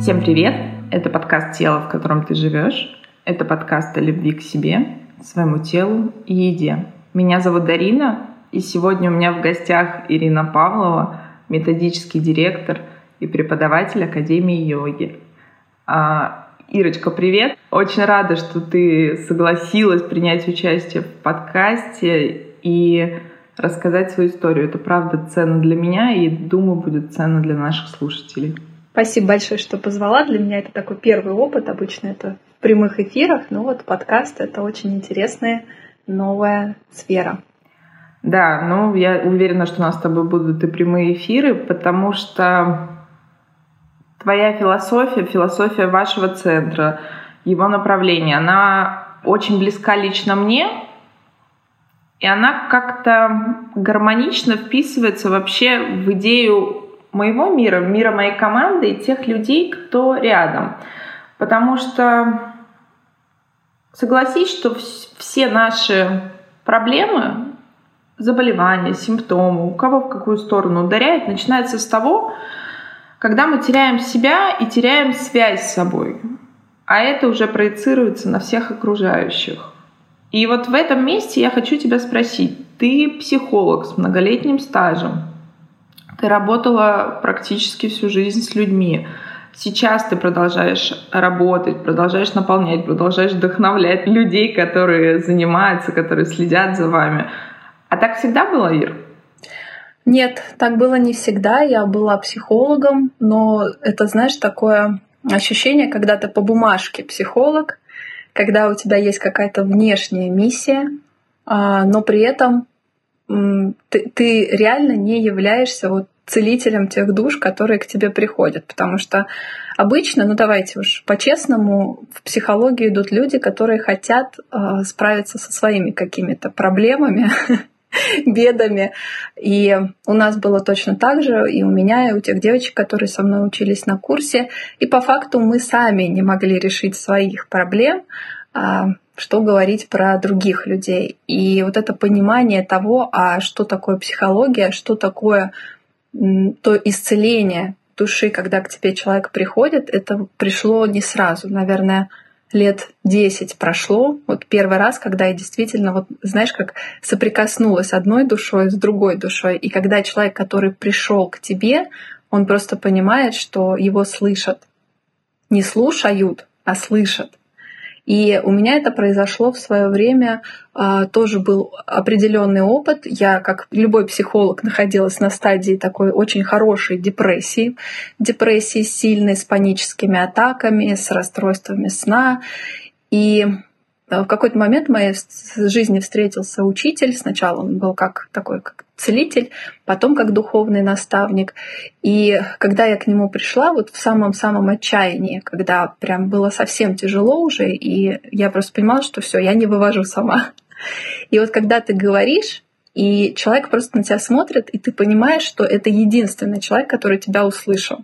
Всем привет! Это подкаст «Тело, в котором ты живешь». Это подкаст о любви к себе, своему телу и еде. Меня зовут Дарина, и сегодня у меня в гостях Ирина Павлова, методический директор и преподаватель Академии йоги. Ирочка, привет! Очень рада, что ты согласилась принять участие в подкасте и рассказать свою историю. Это правда ценно для меня и, думаю, будет ценно для наших слушателей. Спасибо большое, что позвала. Для меня это такой первый опыт. Обычно это в прямых эфирах, но вот подкаст — это очень интересная новая сфера. Да, я уверена, что у нас с тобой будут и прямые эфиры, потому что твоя философия вашего центра, его направления, она очень близка лично мне, и она как-то гармонично вписывается вообще в идею моего мира моей команды и тех людей, кто рядом. Потому что согласись, что все наши проблемы, заболевания, симптомы, у кого в какую сторону ударяет, начинается с того, когда мы теряем себя и теряем связь с собой. А это уже проецируется на всех окружающих. И вот в этом месте я хочу тебя спросить. Ты психолог с многолетним стажем. Ты работала практически всю жизнь с людьми. Сейчас ты продолжаешь работать, продолжаешь наполнять, продолжаешь вдохновлять людей, которые занимаются, которые следят за вами. А так всегда было, Ир? Нет, так было не всегда. Я была психологом, но это, знаешь, такое ощущение, когда ты по бумажке психолог, когда у тебя есть какая-то внешняя миссия, но при этом ты реально не являешься целителем тех душ, которые к тебе приходят. Потому что обычно, давайте уж по-честному, в психологию идут люди, которые хотят справиться со своими какими-то проблемами, бедами. И у нас было точно так же, и у меня, и у тех девочек, которые со мной учились на курсе. И по факту мы сами не могли решить своих проблем, что говорить про других людей. И вот это понимание того, что такое психология, что такое то исцеление души, когда к тебе человек приходит, это пришло не сразу. Наверное, лет 10 прошло. Первый раз, когда я действительно, знаешь, как соприкоснулась одной душой с другой душой. И когда человек, который пришел к тебе, он просто понимает, что его слышат. Не слушают, а слышат. И у меня это произошло в свое время, тоже был определенный опыт. Я, как любой психолог, находилась на стадии такой очень хорошей депрессии сильной, с паническими атаками, с расстройствами сна. И в какой-то момент в моей жизни встретился учитель. Сначала он был как целитель, потом как духовный наставник. И когда я к нему пришла, в самом-самом отчаянии, когда прям было совсем тяжело уже, и я просто понимала, что все, я не вывожу сама. И когда ты говоришь, и человек просто на тебя смотрит, и ты понимаешь, что это единственный человек, который тебя услышал.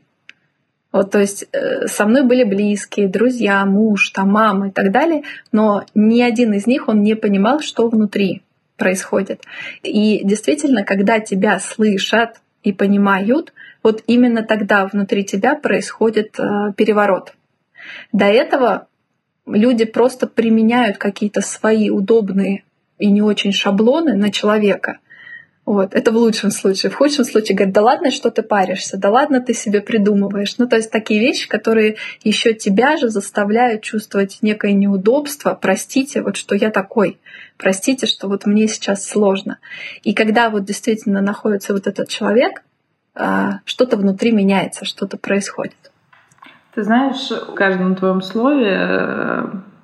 То есть со мной были близкие, друзья, муж, мама и так далее, но ни один из них, он не понимал, что внутри происходит. И действительно, когда тебя слышат и понимают, именно тогда внутри тебя происходит переворот. До этого люди просто применяют какие-то свои удобные и не очень шаблоны на человека. Это в лучшем случае. В худшем случае говорят: да ладно, что ты паришься, да ладно, ты себе придумываешь. То есть такие вещи, которые еще тебя же заставляют чувствовать некое неудобство. Простите, что я такой. Простите, что мне сейчас сложно. И когда действительно находится этот человек, что-то внутри меняется, что-то происходит. Ты знаешь, в каждом твоем слове,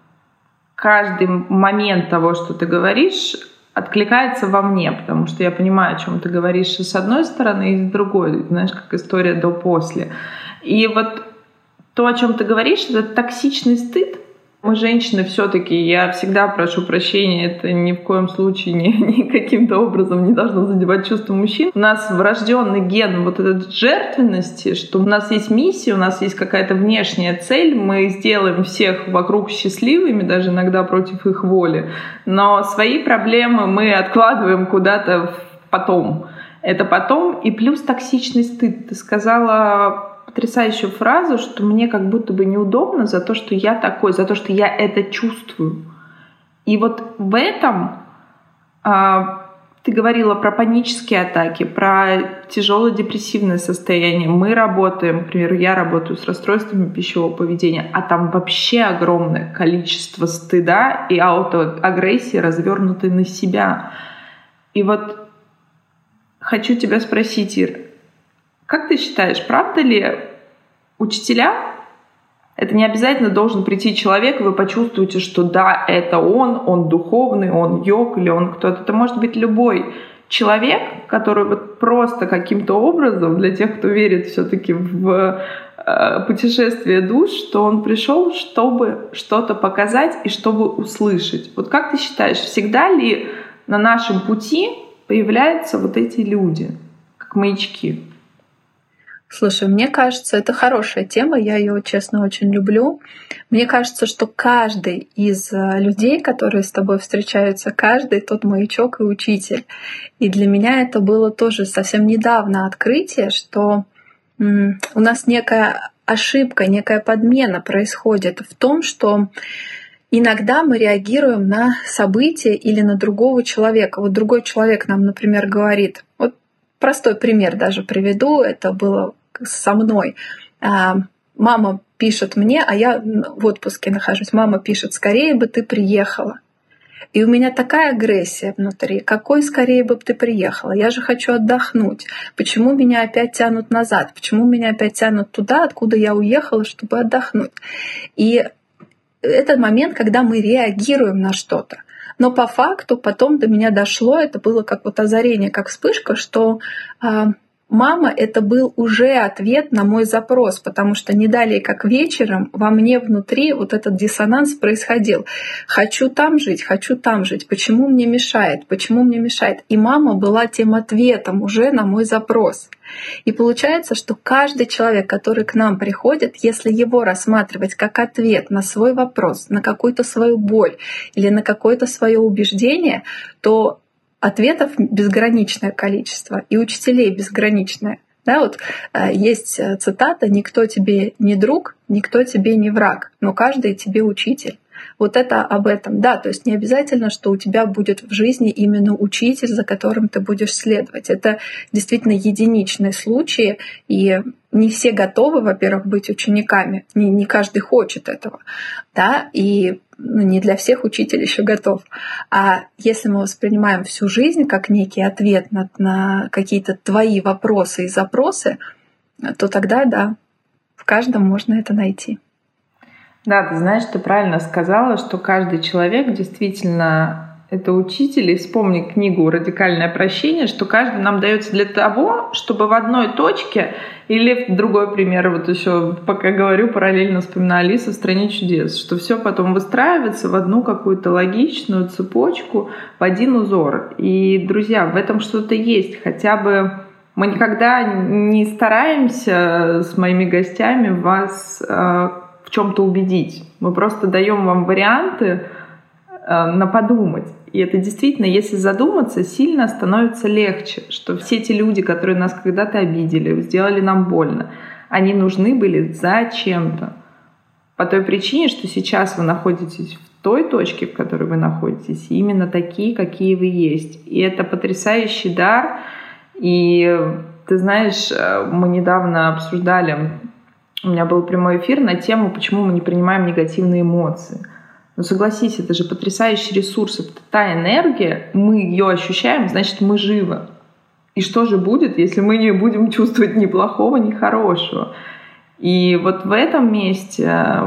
каждый момент того, что ты говоришь, откликается во мне, потому что я понимаю, о чем ты говоришь и с одной стороны, и с другой. Знаешь, как история до-после. И то, о чем ты говоришь, это токсичный стыд. Мы, женщины, все-таки, я всегда прошу прощения, это ни в коем случае ни каким-то образом не должно задевать чувства мужчин. У нас врожденный ген этот жертвенности, что у нас есть миссия, у нас есть какая-то внешняя цель, мы сделаем всех вокруг счастливыми, даже иногда против их воли, но свои проблемы мы откладываем куда-то потом. Это потом, и плюс токсичный стыд. Ты сказала потрясающую фразу, что мне как будто бы неудобно за то, что я такой, за то, что я это чувствую. И вот в этом ты говорила про панические атаки, про тяжелое депрессивное состояние. Мы работаем, например, я работаю с расстройствами пищевого поведения, а там вообще огромное количество стыда и аутоагрессии, развернутой на себя. И вот хочу тебя спросить, Ир, как ты считаешь, правда ли учителя? Это не обязательно должен прийти человек, и вы почувствуете, что да, это он духовный, он йог или он кто-то. Это может быть любой человек, который вот просто каким-то образом, для тех, кто верит все-таки в путешествие душ, что он пришел, чтобы что-то показать и чтобы услышать. Вот как ты считаешь, всегда ли на нашем пути появляются вот эти люди, как маячки? Слушай, мне кажется, это хорошая тема, я ее, честно, очень люблю. Мне кажется, что каждый из людей, которые с тобой встречаются, каждый тот маячок и учитель. И для меня это было тоже совсем недавно открытие, что у нас некая ошибка, некая подмена происходит в том, что иногда мы реагируем на события или на другого человека. Вот другой человек нам, например, говорит, вот простой пример даже приведу, это было со мной. Мама пишет мне, а я в отпуске нахожусь, мама пишет, скорее бы ты приехала. И у меня такая агрессия внутри. Какой скорее бы ты приехала? Я же хочу отдохнуть. Почему меня опять тянут назад? Почему меня опять тянут туда, откуда я уехала, чтобы отдохнуть? И это момент, когда мы реагируем на что-то. Но по факту потом до меня дошло, это было как вот озарение, как вспышка, что мама — это был уже ответ на мой запрос, потому что не далее, как вечером, во мне внутри вот этот диссонанс происходил. Хочу там жить, почему мне мешает, почему мне мешает. И мама была тем ответом уже на мой запрос. И получается, что каждый человек, который к нам приходит, если его рассматривать как ответ на свой вопрос, на какую-то свою боль или на какое-то свое убеждение, то ответов безграничное количество, и учителей безграничное. Да, вот есть цитата: «Никто тебе не друг, никто тебе не враг, но каждый тебе учитель». Вот это об этом. Да, то есть не обязательно, что у тебя будет в жизни именно учитель, за которым ты будешь следовать. Это действительно единичные случаи, и не все готовы, во-первых, быть учениками. Не каждый хочет этого. Да? И не для всех учитель еще готов. А если мы воспринимаем всю жизнь как некий ответ на какие-то твои вопросы и запросы, то тогда да, в каждом можно это найти. Да, ты знаешь, ты правильно сказала, что каждый человек действительно это учитель. И вспомни книгу «Радикальное прощение», что каждый нам дается для того, чтобы в одной точке, или другой пример, вот еще пока говорю, параллельно вспоминаю Алису в «Стране чудес», что все потом выстраивается в одну какую-то логичную цепочку, в один узор. И, друзья, в этом что-то есть. Хотя бы мы никогда не стараемся с моими гостями вас в чем-то убедить. Мы просто даем вам варианты на подумать. И это действительно, если задуматься, сильно становится легче, что все те люди, которые нас когда-то обидели, сделали нам больно, они нужны были зачем-то. По той причине, что сейчас вы находитесь в той точке, в которой вы находитесь, именно такие, какие вы есть. И это потрясающий дар. И ты знаешь, мы недавно обсуждали, у меня был прямой эфир на тему, почему мы не принимаем негативные эмоции. Но согласись, это же потрясающий ресурс, это та энергия, мы ее ощущаем, значит, мы живы. И что же будет, если мы не будем чувствовать ни плохого, ни хорошего? И вот в этом месте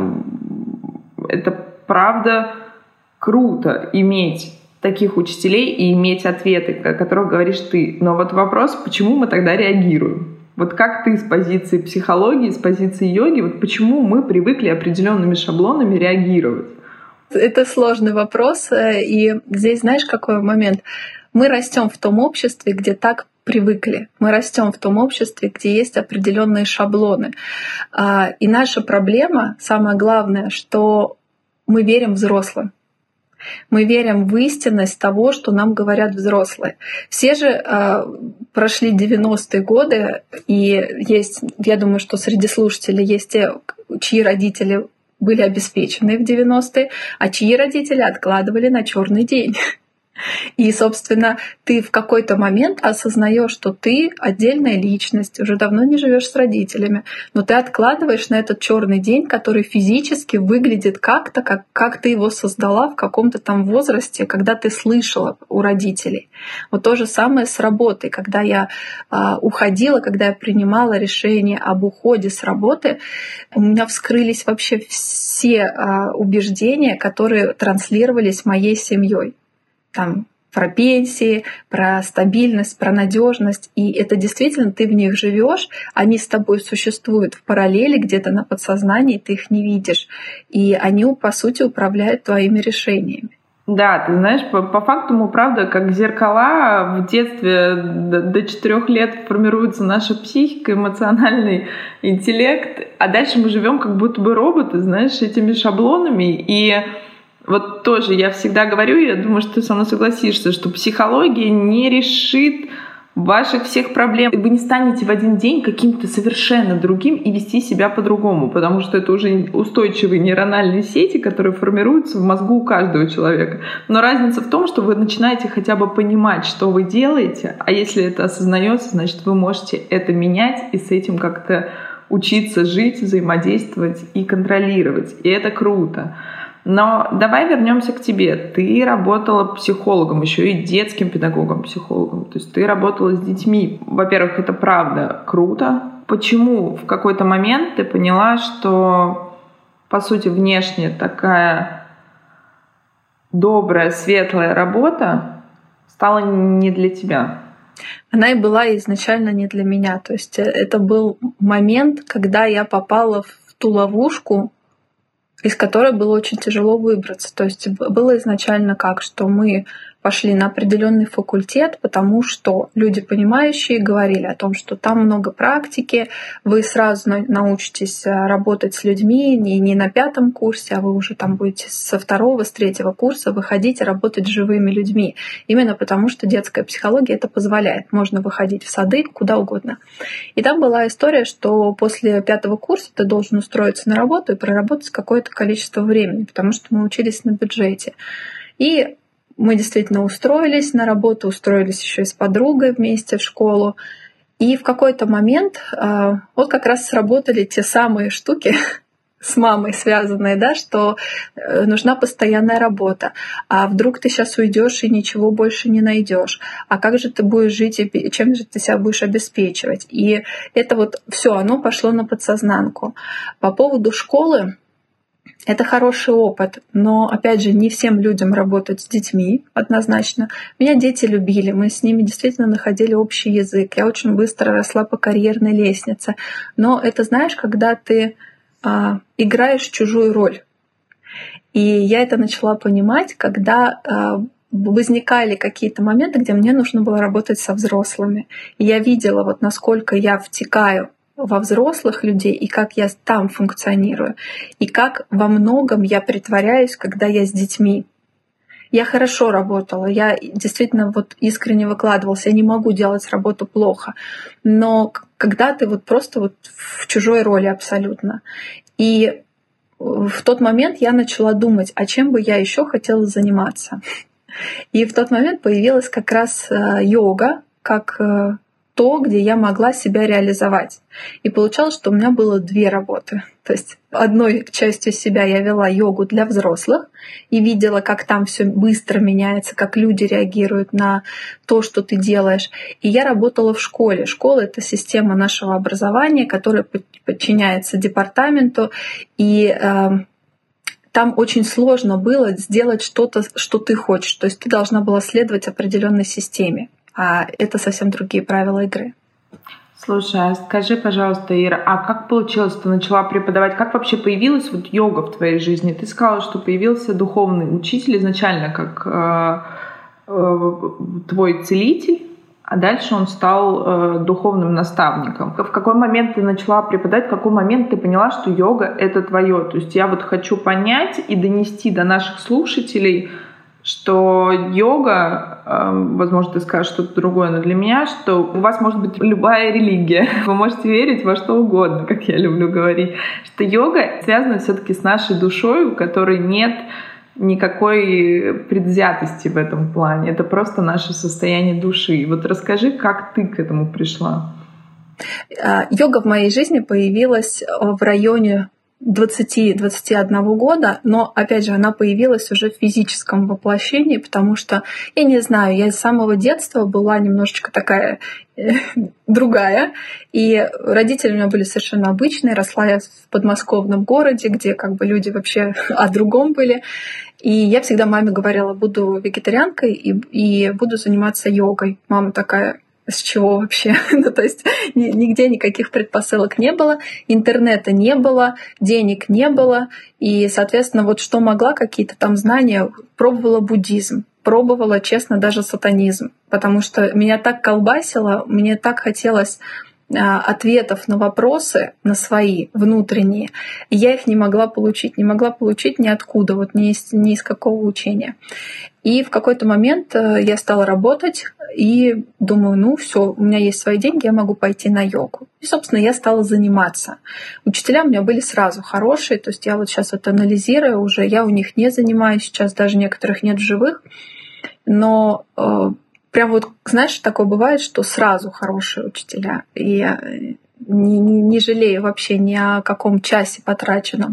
это правда круто иметь таких учителей и иметь ответы, о которых говоришь ты. Но вот вопрос, почему мы тогда реагируем? Вот как ты с позиции психологии, с позиции йоги, вот почему мы привыкли определенными шаблонами реагировать? Это сложный вопрос. И здесь знаешь, какой момент? Мы растем в том обществе, где так привыкли. Мы растем в том обществе, где есть определенные шаблоны. И наша проблема, самое главное, что мы верим взрослым. Мы верим в истинность того, что нам говорят взрослые. Все же прошли 90-е годы, и есть, я думаю, что среди слушателей есть те, чьи родители были обеспечены в 90-е, а чьи родители откладывали на черный день. И, собственно, ты в какой-то момент осознаешь, что ты отдельная личность, уже давно не живешь с родителями, но ты откладываешь на этот черный день, который физически выглядит как-то, как ты его создала в каком-то там возрасте, когда ты слышала у родителей. Вот то же самое с работой. Когда я уходила, когда я принимала решение об уходе с работы, у меня вскрылись вообще все убеждения, которые транслировались моей семьей. Там про пенсии, про стабильность, про надежность. И это действительно ты в них живешь, они с тобой существуют в параллели где-то на подсознании, ты их не видишь. И они, по сути, управляют твоими решениями. Да, ты знаешь, по факту мы, правда, как зеркала в детстве до 4 лет формируется наша психика, эмоциональный интеллект, а дальше мы живем как будто бы роботы, знаешь, этими шаблонами. И вот тоже я всегда говорю, я думаю, что ты со мной согласишься, что психология не решит ваших всех проблем. Вы не станете в один день каким-то совершенно другим и вести себя по-другому, потому что это уже устойчивые нейрональные сети, которые формируются в мозгу у каждого человека. Но разница в том, что вы начинаете хотя бы понимать, что вы делаете, а если это осознается, значит, вы можете это менять и с этим как-то учиться жить, взаимодействовать и контролировать. И это круто. Но давай вернемся к тебе. Ты работала психологом, еще и детским педагогом-психологом. То есть ты работала с детьми. Во-первых, это правда круто. Почему в какой-то момент ты поняла, что, по сути, внешне такая добрая, светлая работа стала не для тебя? Она и была изначально не для меня. То есть это был момент, когда я попала в ту ловушку, из которой было очень тяжело выбраться. То есть было изначально как, что мы пошли на определенный факультет, потому что люди, понимающие, говорили о том, что там много практики, вы сразу научитесь работать с людьми не на 5 курсе, а вы уже там будете со 2-го, с 3-го курса выходить и работать с живыми людьми. Именно потому, что детская психология это позволяет. Можно выходить в сады, куда угодно. И там была история, что после 5-го курса ты должен устроиться на работу и проработать какое-то количество времени, потому что мы учились на бюджете. И мы действительно устроились на работу, устроились еще и с подругой вместе в школу. И в какой-то момент вот как раз сработали те самые штуки с мамой связанные, да, что нужна постоянная работа. А вдруг ты сейчас уйдешь и ничего больше не найдешь? А как же ты будешь жить и чем же ты себя будешь обеспечивать? И это вот все, оно пошло на подсознанку. По поводу школы. Это хороший опыт, но, опять же, не всем людям работать с детьми однозначно. Меня дети любили, мы с ними действительно находили общий язык. Я очень быстро росла по карьерной лестнице. Но это, знаешь, когда ты играешь чужую роль. И я это начала понимать, когда возникали какие-то моменты, где мне нужно было работать со взрослыми. И я видела, вот насколько я втекаю во взрослых людей, и как я там функционирую, и как во многом я притворяюсь, когда я с детьми. Я хорошо работала, я действительно вот искренне выкладывалась, я не могу делать работу плохо, но когда ты вот просто вот в чужой роли абсолютно. И в тот момент я начала думать, а чем бы я еще хотела заниматься. И в тот момент появилась как раз йога, как то, где я могла себя реализовать. И получалось, что у меня было 2 работы. То есть одной частью себя я вела йогу для взрослых и видела, как там все быстро меняется, как люди реагируют на то, что ты делаешь. И я работала в школе. Школа — это система нашего образования, которая подчиняется департаменту. И там очень сложно было сделать что-то, что ты хочешь. То есть ты должна была следовать определенной системе. А это совсем другие правила игры. Слушай, а скажи, пожалуйста, Ира, а как получилось, ты начала преподавать? Как вообще появилась вот йога в твоей жизни? Ты сказала, что появился духовный учитель изначально как твой целитель, а дальше он стал духовным наставником. В какой момент ты начала преподавать, в какой момент ты поняла, что йога — это твое? То есть я вот хочу понять и донести до наших слушателей что йога, возможно, ты скажешь что-то другое, но для меня, что у вас может быть любая религия. Вы можете верить во что угодно, как я люблю говорить. Что йога связана все-таки с нашей душой, у которой нет никакой предвзятости в этом плане. Это просто наше состояние души. Вот расскажи, как ты к этому пришла? Йога в моей жизни появилась в районе 20-21 года, но, опять же, она появилась уже в физическом воплощении, потому что, я не знаю, я с самого детства была немножечко такая другая, и родители у меня были совершенно обычные, росла я в подмосковном городе, где как бы люди вообще о другом были, и я всегда маме говорила, буду вегетарианкой и буду заниматься йогой. Мама такая: с чего вообще? Ну, то есть нигде никаких предпосылок не было, интернета не было, денег не было. И, соответственно, вот что могла, какие-то там знания, пробовала буддизм, пробовала, честно, даже сатанизм. Потому что меня так колбасило, мне так хотелось ответов на вопросы, на свои внутренние, и я их не могла получить ниоткуда, вот ни из какого учения. И в какой-то момент я стала работать и думаю, ну все, у меня есть свои деньги, я могу пойти на йогу. И, собственно, я стала заниматься. Учителя у меня были сразу хорошие, то есть я вот сейчас вот анализирую уже, я у них не занимаюсь, сейчас даже некоторых нет в живых, но прям вот, знаешь, такое бывает, что сразу хорошие учителя. И я не жалею вообще ни о каком часе потраченном.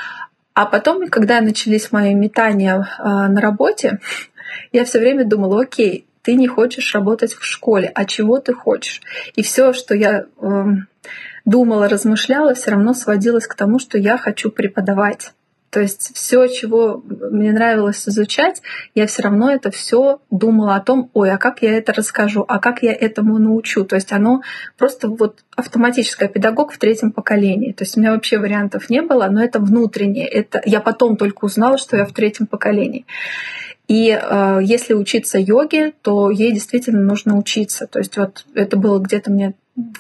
А потом, когда начались мои метания на работе, я все время думала, окей, ты не хочешь работать в школе, а чего ты хочешь? И все, что я думала, размышляла, все равно сводилось к тому, что я хочу преподавать. То есть все, чего мне нравилось изучать, я все равно это все думала о том, ой, а как я это расскажу, а как я этому научу. То есть оно просто вот автоматическое, педагог в третьем поколении. То есть у меня вообще вариантов не было, но это внутреннее. Это я потом только узнала, что я в третьем поколении. И если учиться йоге, то ей действительно нужно учиться. То есть вот это было где-то мне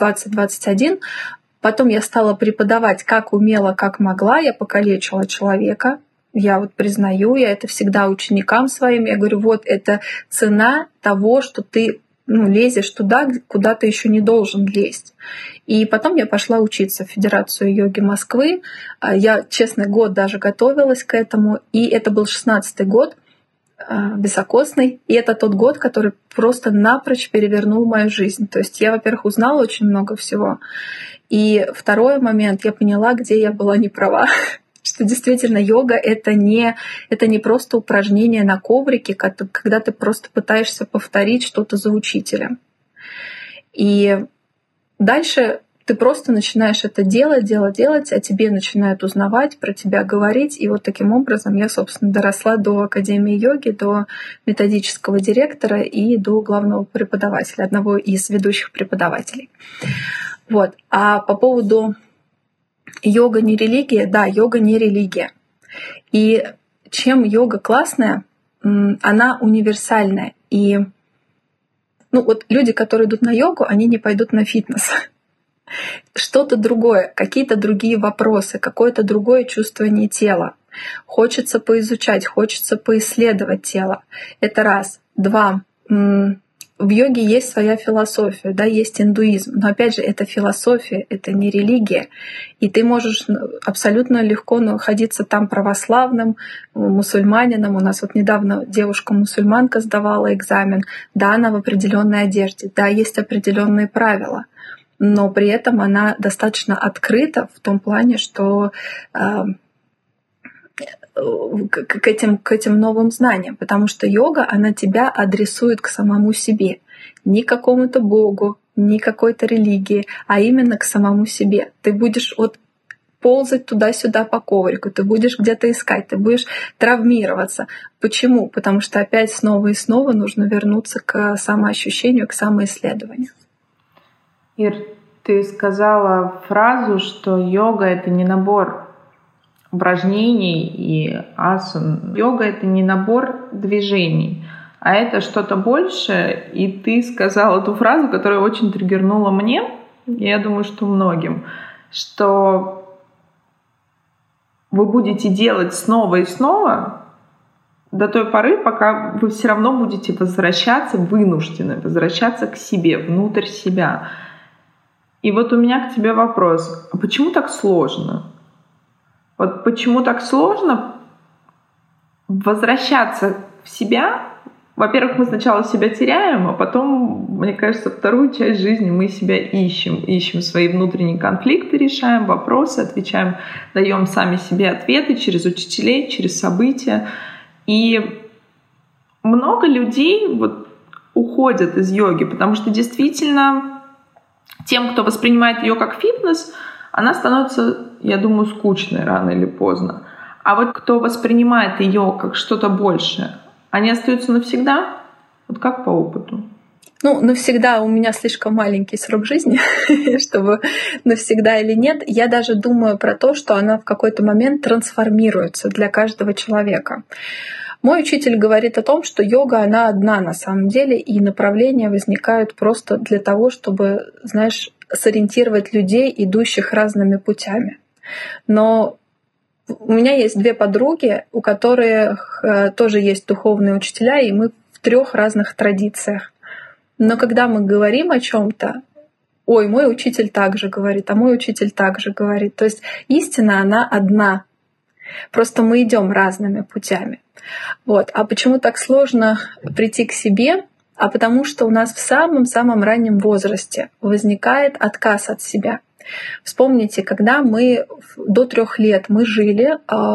20-21. Потом я стала преподавать как умела, как могла. Я покалечила человека. Я вот признаю, я это всегда ученикам своим. Я говорю, вот это цена того, что ты лезешь туда, куда ты еще не должен лезть. И потом я пошла учиться в Федерацию йоги Москвы. Я, честно, год даже готовилась к этому. И это был 16-й год, високосный. И это тот год, который просто напрочь перевернул мою жизнь. То есть я, во-первых, узнала очень много всего. И второй момент, я поняла, где я была не права, что действительно йога — это не просто упражнение на коврике, когда ты просто пытаешься повторить что-то за учителем. И дальше ты просто начинаешь это делать, а тебе начинают узнавать, про тебя говорить. И вот таким образом я, собственно, доросла до Академии йоги, до методического директора и до главного преподавателя, одного из ведущих преподавателей. Вот. А по поводу йога не религия, да, йога не религия. И чем йога классная, она универсальная. И вот люди, которые идут на йогу, они не пойдут на фитнес. Что-то другое, какие-то другие вопросы, какое-то другое чувствование тела. Хочется поизучать, хочется поисследовать тело. Это раз. Два. В йоге есть своя философия, да, есть индуизм. Но опять же, это философия, это не религия. И ты можешь абсолютно легко находиться там православным, мусульманином. У нас вот недавно девушка-мусульманка сдавала экзамен. Да, она в определенной одежде, да, есть определенные правила. Но при этом она достаточно открыта в том плане, что к этим новым знаниям, потому что йога, она тебя адресует к самому себе, не к какому-то богу, не к какой-то религии, а именно к самому себе. Ты будешь ползать туда-сюда по коврику, ты будешь где-то искать, ты будешь травмироваться. Почему? Потому что опять снова и снова нужно вернуться к самоощущению, к самоисследованию. Ир, ты сказала фразу, что йога — это не набор упражнений и асан. Йога — это не набор движений, а это что-то большее. И ты сказала ту фразу, которая очень триггернула мне, и я думаю, что многим, что вы будете делать снова и снова до той поры, пока вы все равно будете вынуждены возвращаться к себе, внутрь себя. И вот у меня к тебе вопрос. А почему так сложно? Вот почему так сложно возвращаться в себя? Во-первых, мы сначала себя теряем, а потом, мне кажется, вторую часть жизни мы себя ищем свои внутренние конфликты, решаем вопросы, отвечаем, даем сами себе ответы через учителей, через события. И много людей вот уходят из йоги, потому что действительно тем, кто воспринимает ее как фитнес, она становится, я думаю, скучной рано или поздно. А вот кто воспринимает ее как что-то большее, они остаются навсегда? Вот как по опыту? Ну, навсегда у меня слишком маленький срок жизни, чтобы навсегда или нет. Я даже думаю про то, что она в какой-то момент трансформируется для каждого человека. Мой учитель говорит о том, что йога, она одна на самом деле, и направления возникают просто для того, чтобы, знаешь, сориентировать людей, идущих разными путями. Но у меня есть 2 подруги, у которых тоже есть духовные учителя, и мы в 3 разных традициях. Но когда мы говорим о чем-то, ой, мой учитель так же говорит, а мой учитель так же говорит. То есть истина, она одна. Просто мы идем разными путями. Вот. А почему так сложно прийти к себе? А потому что у нас в самом-самом раннем возрасте возникает отказ от себя. Вспомните, когда мы до 3 лет мы жили,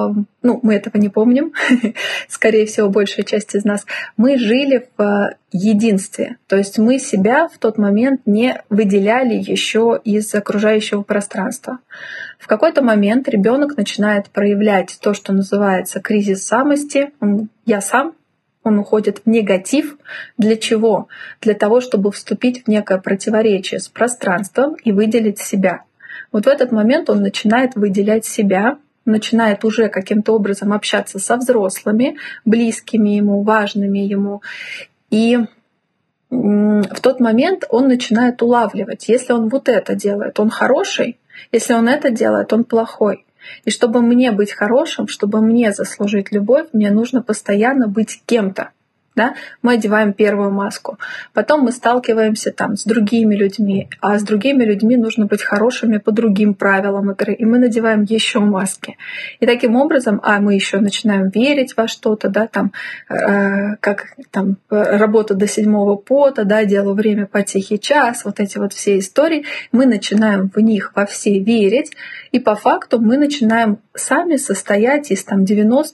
мы этого не помним, скорее всего, большая часть из нас, мы жили в единстве. То есть мы себя в тот момент не выделяли еще из окружающего пространства. В какой-то момент ребенок начинает проявлять то, что называется кризис самости. Я сам. Он уходит в негатив. Для чего? Для того, чтобы вступить в некое противоречие с пространством и выделить себя. Вот в этот момент он начинает выделять себя, начинает уже каким-то образом общаться со взрослыми, близкими ему, важными ему. И в тот момент он начинает улавливать, если он вот это делает, он хороший, если он это делает, он плохой. И чтобы мне быть хорошим, чтобы мне заслужить любовь, мне нужно постоянно быть кем-то. Да? Мы одеваем первую маску. Потом мы сталкиваемся там с другими людьми, а с другими людьми нужно быть хорошими по другим правилам игры. И мы надеваем еще маски. И таким образом, мы еще начинаем верить во что-то, да, там, как там работа до 7-го пота, да, дело время по тихий час, вот эти вот все истории. Мы начинаем в них во все верить, и по факту мы начинаем сами состоять из там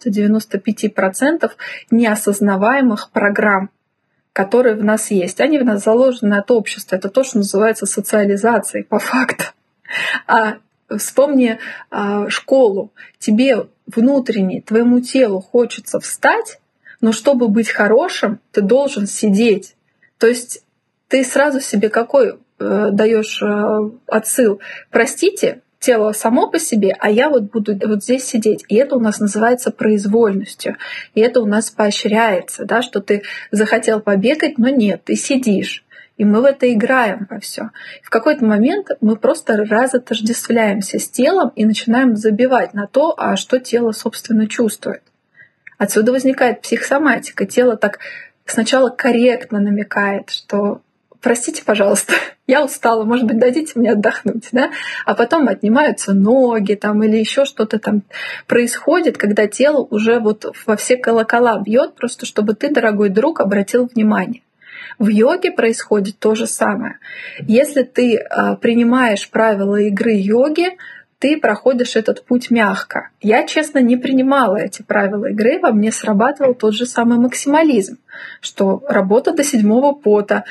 90-95% неосознаваемых программ, которые в нас есть. Они в нас заложены от общества. Это то, что называется социализацией по факту. А вспомни школу. Тебе внутренне, твоему телу хочется встать, но чтобы быть хорошим, ты должен сидеть. То есть ты сразу себе какой даешь отсыл? Простите, тело само по себе, а я вот буду вот здесь сидеть. И это у нас называется произвольностью. И это у нас поощряется, да, что ты захотел побегать, но нет, ты сидишь. И мы в это играем во все. В какой-то момент мы просто разотождествляемся с телом и начинаем забивать на то, что тело, собственно, чувствует. Отсюда возникает психосоматика. Тело так сначала корректно намекает, что простите, пожалуйста, я устала, может быть, дадите мне отдохнуть, да? А потом отнимаются ноги там, или еще что-то там происходит, когда тело уже вот во все колокола бьет, просто чтобы ты, дорогой друг, обратил внимание. В йоге происходит то же самое. Если ты принимаешь правила игры йоги, ты проходишь этот путь мягко. Я, честно, не принимала эти правила игры, во мне срабатывал тот же самый максимализм, что работа до 7-го пота,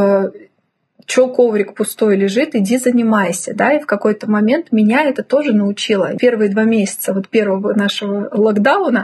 чё коврик пустой лежит, иди занимайся. Да? И в какой-то момент меня это тоже научило. Первые 2 месяца вот первого нашего локдауна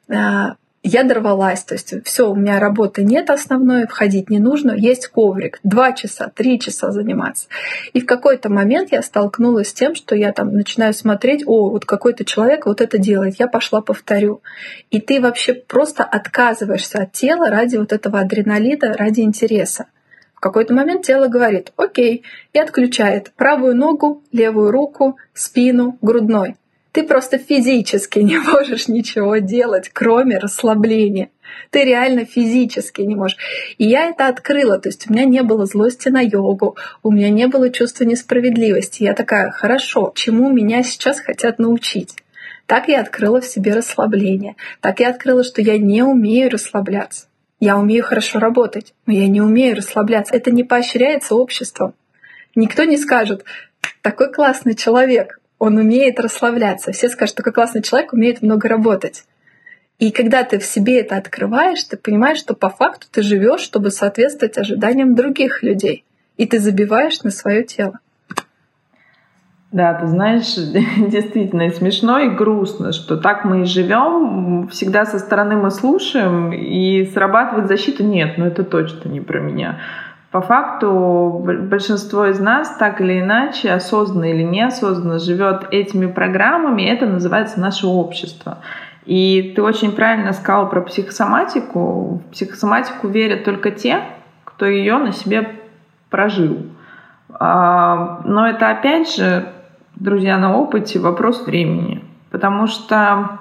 я дорвалась, то есть все, у меня работы нет основной, входить не нужно, есть коврик, 2 часа, 3 часа заниматься. И в какой-то момент я столкнулась с тем, что я там начинаю смотреть, вот какой-то человек вот это делает, я пошла повторю. И ты вообще просто отказываешься от тела ради вот этого адреналина, ради интереса. В какой-то момент тело говорит «Окей», и отключает правую ногу, левую руку, спину, грудной. Ты просто физически не можешь ничего делать, кроме расслабления. Ты реально физически не можешь. И я это открыла. То есть у меня не было злости на йогу, у меня не было чувства несправедливости. Я такая: хорошо, чему меня сейчас хотят научить? Так я открыла в себе расслабление. Так я открыла, что я не умею расслабляться. Я умею хорошо работать, но я не умею расслабляться. Это не поощряется обществом. Никто не скажет: такой классный человек, он умеет расслабляться. Все скажут: такой классный человек умеет много работать. И когда ты в себе это открываешь, ты понимаешь, что по факту ты живешь, чтобы соответствовать ожиданиям других людей. И ты забиваешь на свое тело. Да, ты знаешь, действительно и смешно, и грустно, что так мы и живем. Всегда со стороны мы слушаем, и срабатывает защита: нет, ну это точно не про меня. По факту большинство из нас так или иначе, осознанно или неосознанно, живет этими программами, и это называется наше общество. И ты очень правильно сказала про психосоматику. В психосоматику верят только те, кто ее на себе прожил. Но это, опять же, друзья, на опыте вопрос времени. Потому что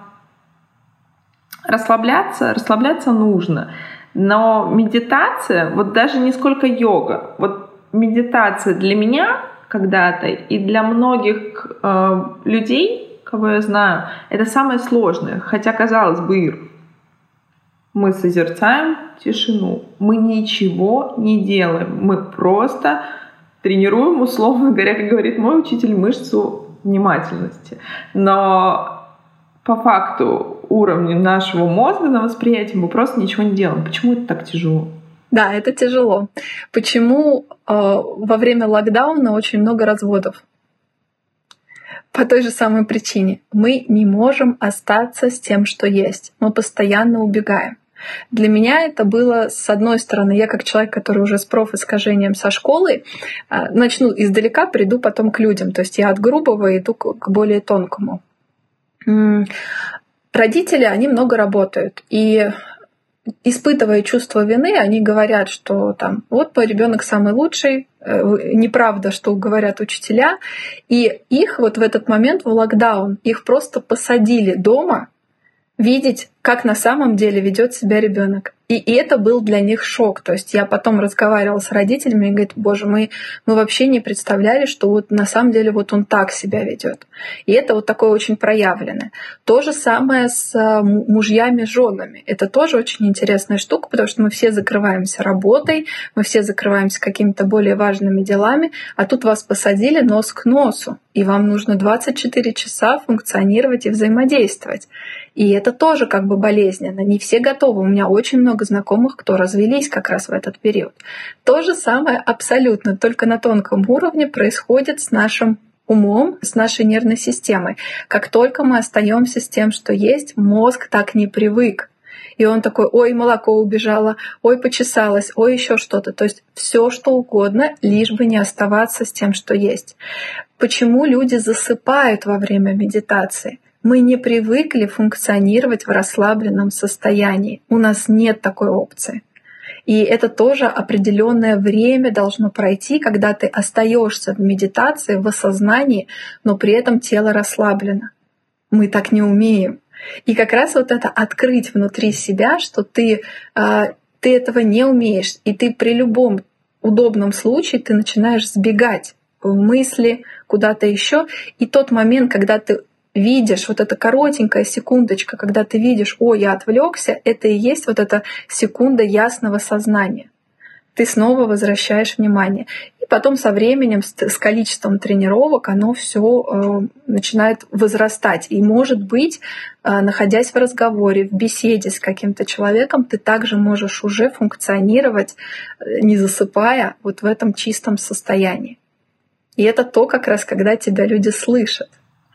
расслабляться нужно. Но медитация, вот даже не сколько йога, вот медитация для меня когда-то и для многих людей, кого я знаю, это самое сложное. Хотя, казалось бы, Ир, мы созерцаем тишину, мы ничего не делаем, мы просто тренируем, условно говоря, как говорит мой учитель, мышцу внимательности. Но по факту уровня нашего мозга на восприятие мы просто ничего не делаем. Почему это так тяжело? Да, это тяжело. Почему во время локдауна очень много разводов? По той же самой причине. Мы не можем остаться с тем, что есть. Мы постоянно убегаем. Для меня это было, с одной стороны, я как человек, который уже с профискажением со школы, начну издалека, приду потом к людям. То есть я от грубого иду к более тонкому. Родители, они много работают. И испытывая чувство вины, они говорят, что там вот твой ребенок самый лучший, неправда, что говорят учителя. И их вот в этот момент, в локдаун, их просто посадили дома видеть, как на самом деле ведет себя ребенок. И это был для них шок. То есть я потом разговаривала с родителями и говорит: боже, мы вообще не представляли, что вот на самом деле вот он так себя ведет. И это вот такое очень проявленное. То же самое с мужьями, женами. Это тоже очень интересная штука, потому что мы все закрываемся работой, мы все закрываемся какими-то более важными делами, а тут вас посадили нос к носу, и вам нужно 24 часа функционировать и взаимодействовать. И это тоже как бы болезненно. Не все готовы. У меня очень много знакомых, кто развелись как раз в этот период. То же самое абсолютно, только на тонком уровне происходит с нашим умом, с нашей нервной системой. Как только мы остаемся с тем, что есть, мозг так не привык. И он такой: ой, молоко убежало, ой, почесалось, ой, еще что-то. То есть все что угодно, лишь бы не оставаться с тем, что есть. Почему люди засыпают во время медитации? Мы не привыкли функционировать в расслабленном состоянии. У нас нет такой опции. И это тоже определенное время должно пройти, когда ты остаешься в медитации, в осознании, но при этом тело расслаблено. Мы так не умеем. И как раз вот это открыть внутри себя, что ты этого не умеешь, и ты при любом удобном случае ты начинаешь сбегать в мысли куда-то еще. И тот момент, когда ты видишь, вот эта коротенькая секундочка, когда ты видишь: о, я отвлекся, это и есть вот эта секунда ясного сознания. Ты снова возвращаешь внимание. И потом со временем, с количеством тренировок, оно все начинает возрастать. И, может быть, находясь в разговоре, в беседе с каким-то человеком, ты также можешь уже функционировать, не засыпая, вот в этом чистом состоянии. И это то, как раз, когда тебя люди слышат.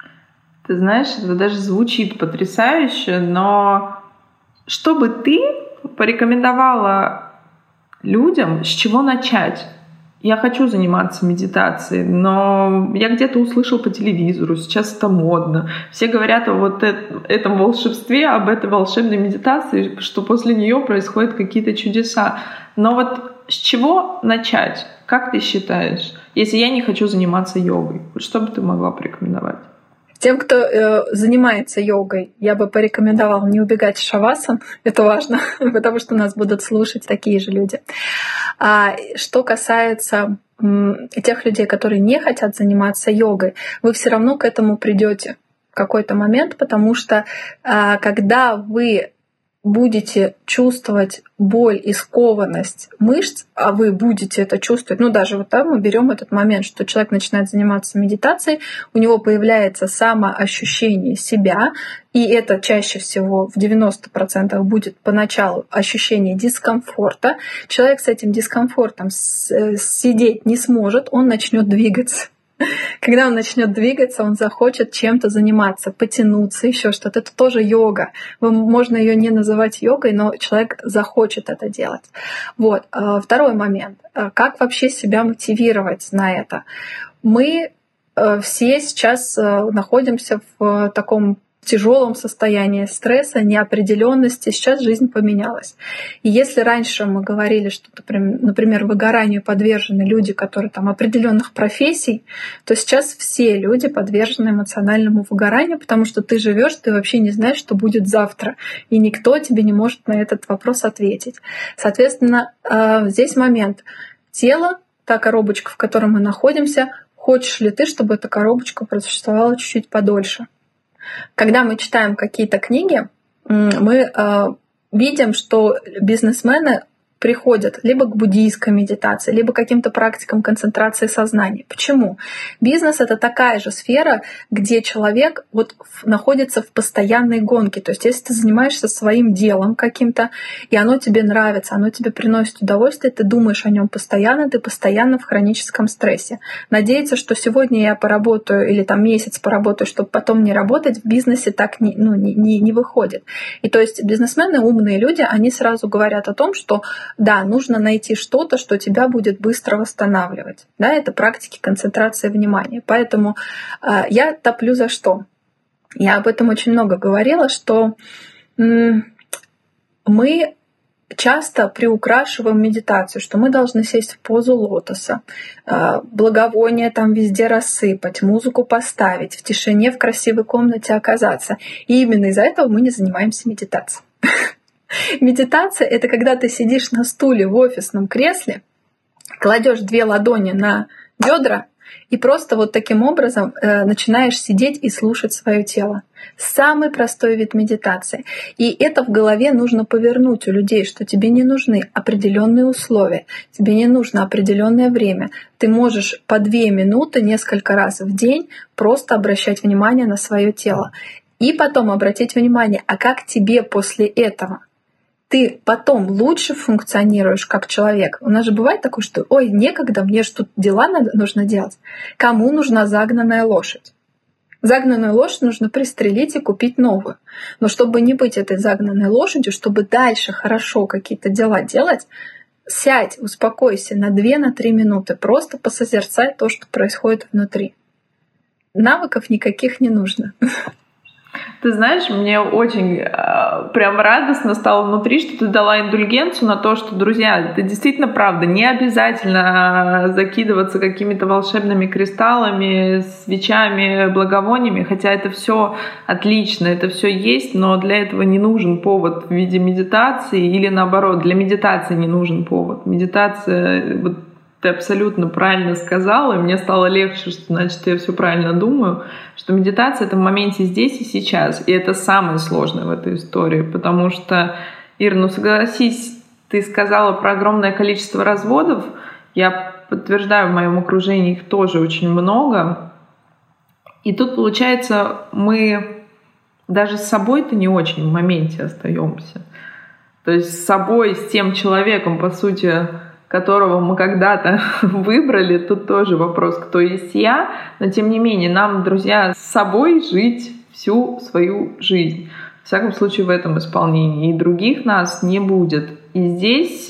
Ты знаешь, это даже звучит потрясающе, но что бы ты порекомендовала людям, с чего начать? Я хочу заниматься медитацией, но я где-то услышал по телевизору, сейчас это модно. Все говорят о вот этом волшебстве, об этой волшебной медитации, что после нее происходят какие-то чудеса. Но вот с чего начать? Как ты считаешь, если я не хочу заниматься йогой? Вот что бы ты могла порекомендовать? Тем, кто занимается йогой, я бы порекомендовала не убегать в шавасан. Это важно, потому что нас будут слушать такие же люди. А что касается тех людей, которые не хотят заниматься йогой, вы все равно к этому придете в какой-то момент, потому что когда вы будете чувствовать боль и скованность мышц, а вы будете это чувствовать, ну даже вот там мы берем этот момент, что человек начинает заниматься медитацией, у него появляется самоощущение себя, и это чаще всего в 90% будет поначалу ощущение дискомфорта. Человек с этим дискомфортом сидеть не сможет, он начнет двигаться. Когда он начнет двигаться, он захочет чем-то заниматься, потянуться, еще что-то. Это тоже йога. Можно ее не называть йогой, но человек захочет это делать. Вот. Второй момент. Как вообще себя мотивировать на это? Мы все сейчас находимся в таком тяжелом состоянии стресса, неопределенности. Сейчас жизнь поменялась. И если раньше мы говорили, что, например, выгоранию подвержены люди, которые там определенных профессий, то сейчас все люди подвержены эмоциональному выгоранию, потому что ты живешь, ты вообще не знаешь, что будет завтра, и никто тебе не может на этот вопрос ответить. Соответственно, здесь момент. Тело, та коробочка, в которой мы находимся, хочешь ли ты, чтобы эта коробочка просуществовала чуть-чуть подольше? Когда мы читаем какие-то книги, мы видим, что бизнесмены приходят либо к буддийской медитации, либо к каким-то практикам концентрации сознания. Почему? Бизнес — это такая же сфера, где человек вот находится в постоянной гонке. То есть если ты занимаешься своим делом каким-то, и оно тебе нравится, оно тебе приносит удовольствие, ты думаешь о нем постоянно, ты постоянно в хроническом стрессе. Надеяться, что сегодня я поработаю или там месяц поработаю, чтобы потом не работать, в бизнесе так не выходит. И то есть бизнесмены, умные люди, они сразу говорят о том, что да, нужно найти что-то, что тебя будет быстро восстанавливать. Да, это практики концентрации внимания. Поэтому я топлю за что? Я об этом очень много говорила, что мы часто приукрашиваем медитацию, что мы должны сесть в позу лотоса, благовония там везде рассыпать, музыку поставить, в тишине в красивой комнате оказаться. И именно из-за этого мы не занимаемся медитацией. Медитация — это когда ты сидишь на стуле в офисном кресле, кладешь 2 ладони на бедра и просто вот таким образом начинаешь сидеть и слушать свое тело. Самый простой вид медитации. И это в голове нужно повернуть у людей, что тебе не нужны определенные условия, тебе не нужно определенное время. Ты можешь по 2 минуты несколько раз в день просто обращать внимание на свое тело. И потом обратить внимание, а как тебе после этого? Ты потом лучше функционируешь как человек. У нас же бывает такое, что «Ой, некогда, мне же тут дела нужно делать». Кому нужна загнанная лошадь? Загнанную лошадь нужно пристрелить и купить новую. Но чтобы не быть этой загнанной лошадью, чтобы дальше хорошо какие-то дела делать, сядь, успокойся на 2-3 минуты, просто посозерцай то, что происходит внутри. Навыков никаких не нужно. Ты знаешь, мне очень прям радостно стало внутри, что ты дала индульгенцию на то, что, друзья, это действительно правда. Не обязательно закидываться какими-то волшебными кристаллами, свечами, благовониями, хотя это все отлично, это все есть, но для этого не нужен повод в виде медитации или наоборот, для медитации не нужен повод. Медитация, вот ты абсолютно правильно сказала, и мне стало легче, что значит я все правильно думаю, что медитация — это в моменте здесь и сейчас, и это самое сложное в этой истории, потому что, Ир, ну согласись, ты сказала про огромное количество разводов, я подтверждаю, в моем окружении их тоже очень много, и тут получается мы даже с собой-то не очень в моменте остаемся, то есть с собой, с тем человеком, по сути, которого мы когда-то выбрали, тут тоже вопрос, кто есть я, но тем не менее нам, друзья, с собой жить всю свою жизнь. В всяком случае, в этом исполнении. И других нас не будет. И здесь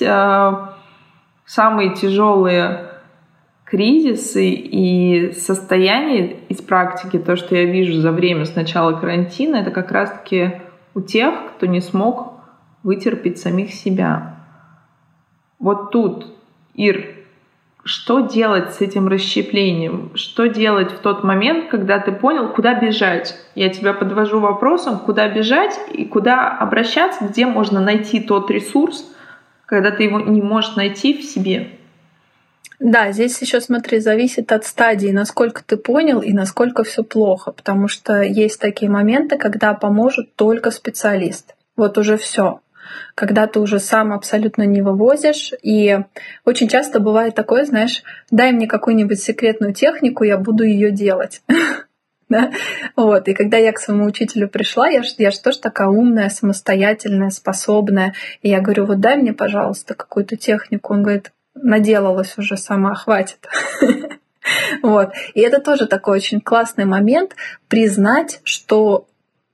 самые тяжелые кризисы и состояния из практики, то, что я вижу за время с начала карантина, это как раз-таки у тех, кто не смог вытерпеть самих себя. Вот тут, Ир, что делать с этим расщеплением? Что делать в тот момент, когда ты понял, куда бежать? Я тебя подвожу вопросом, куда бежать и куда обращаться, где можно найти тот ресурс, когда ты его не можешь найти в себе. Да, здесь еще, смотри, зависит от стадии, насколько ты понял и насколько все плохо, потому что есть такие моменты, когда поможет только специалист. Вот уже все. Когда ты уже сам абсолютно не вывозишь. И очень часто бывает такое, знаешь, дай мне какую-нибудь секретную технику, я буду ее делать. Да? Вот. И когда я к своему учителю пришла, я же тоже такая умная, самостоятельная, способная. И я говорю, вот дай мне, пожалуйста, какую-то технику. Он говорит, наделалась уже сама, хватит. Вот. И это тоже такой очень классный момент признать, что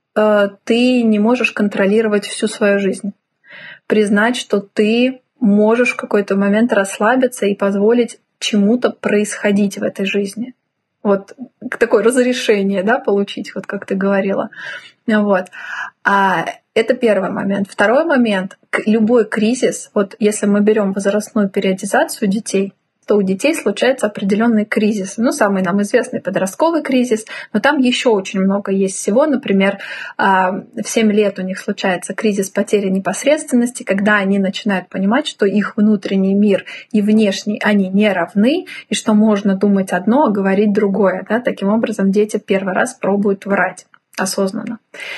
ты не можешь контролировать всю свою жизнь. Признать, что ты можешь в какой-то момент расслабиться и позволить чему-то происходить в этой жизни. Вот такое разрешение, да, получить, вот как ты говорила. Вот. Это первый момент. Второй момент. Любой кризис, вот если мы берем возрастную периодизацию детей, то у детей случается определенный кризис. Ну, самый нам известный подростковый кризис, но там еще очень много есть всего. Например, в 7 лет у них случается кризис потери непосредственности, когда они начинают понимать, что их внутренний мир и внешний, они не равны, и что можно думать одно, а говорить другое. Да? Таким образом, дети первый раз пробуют врать осознанно.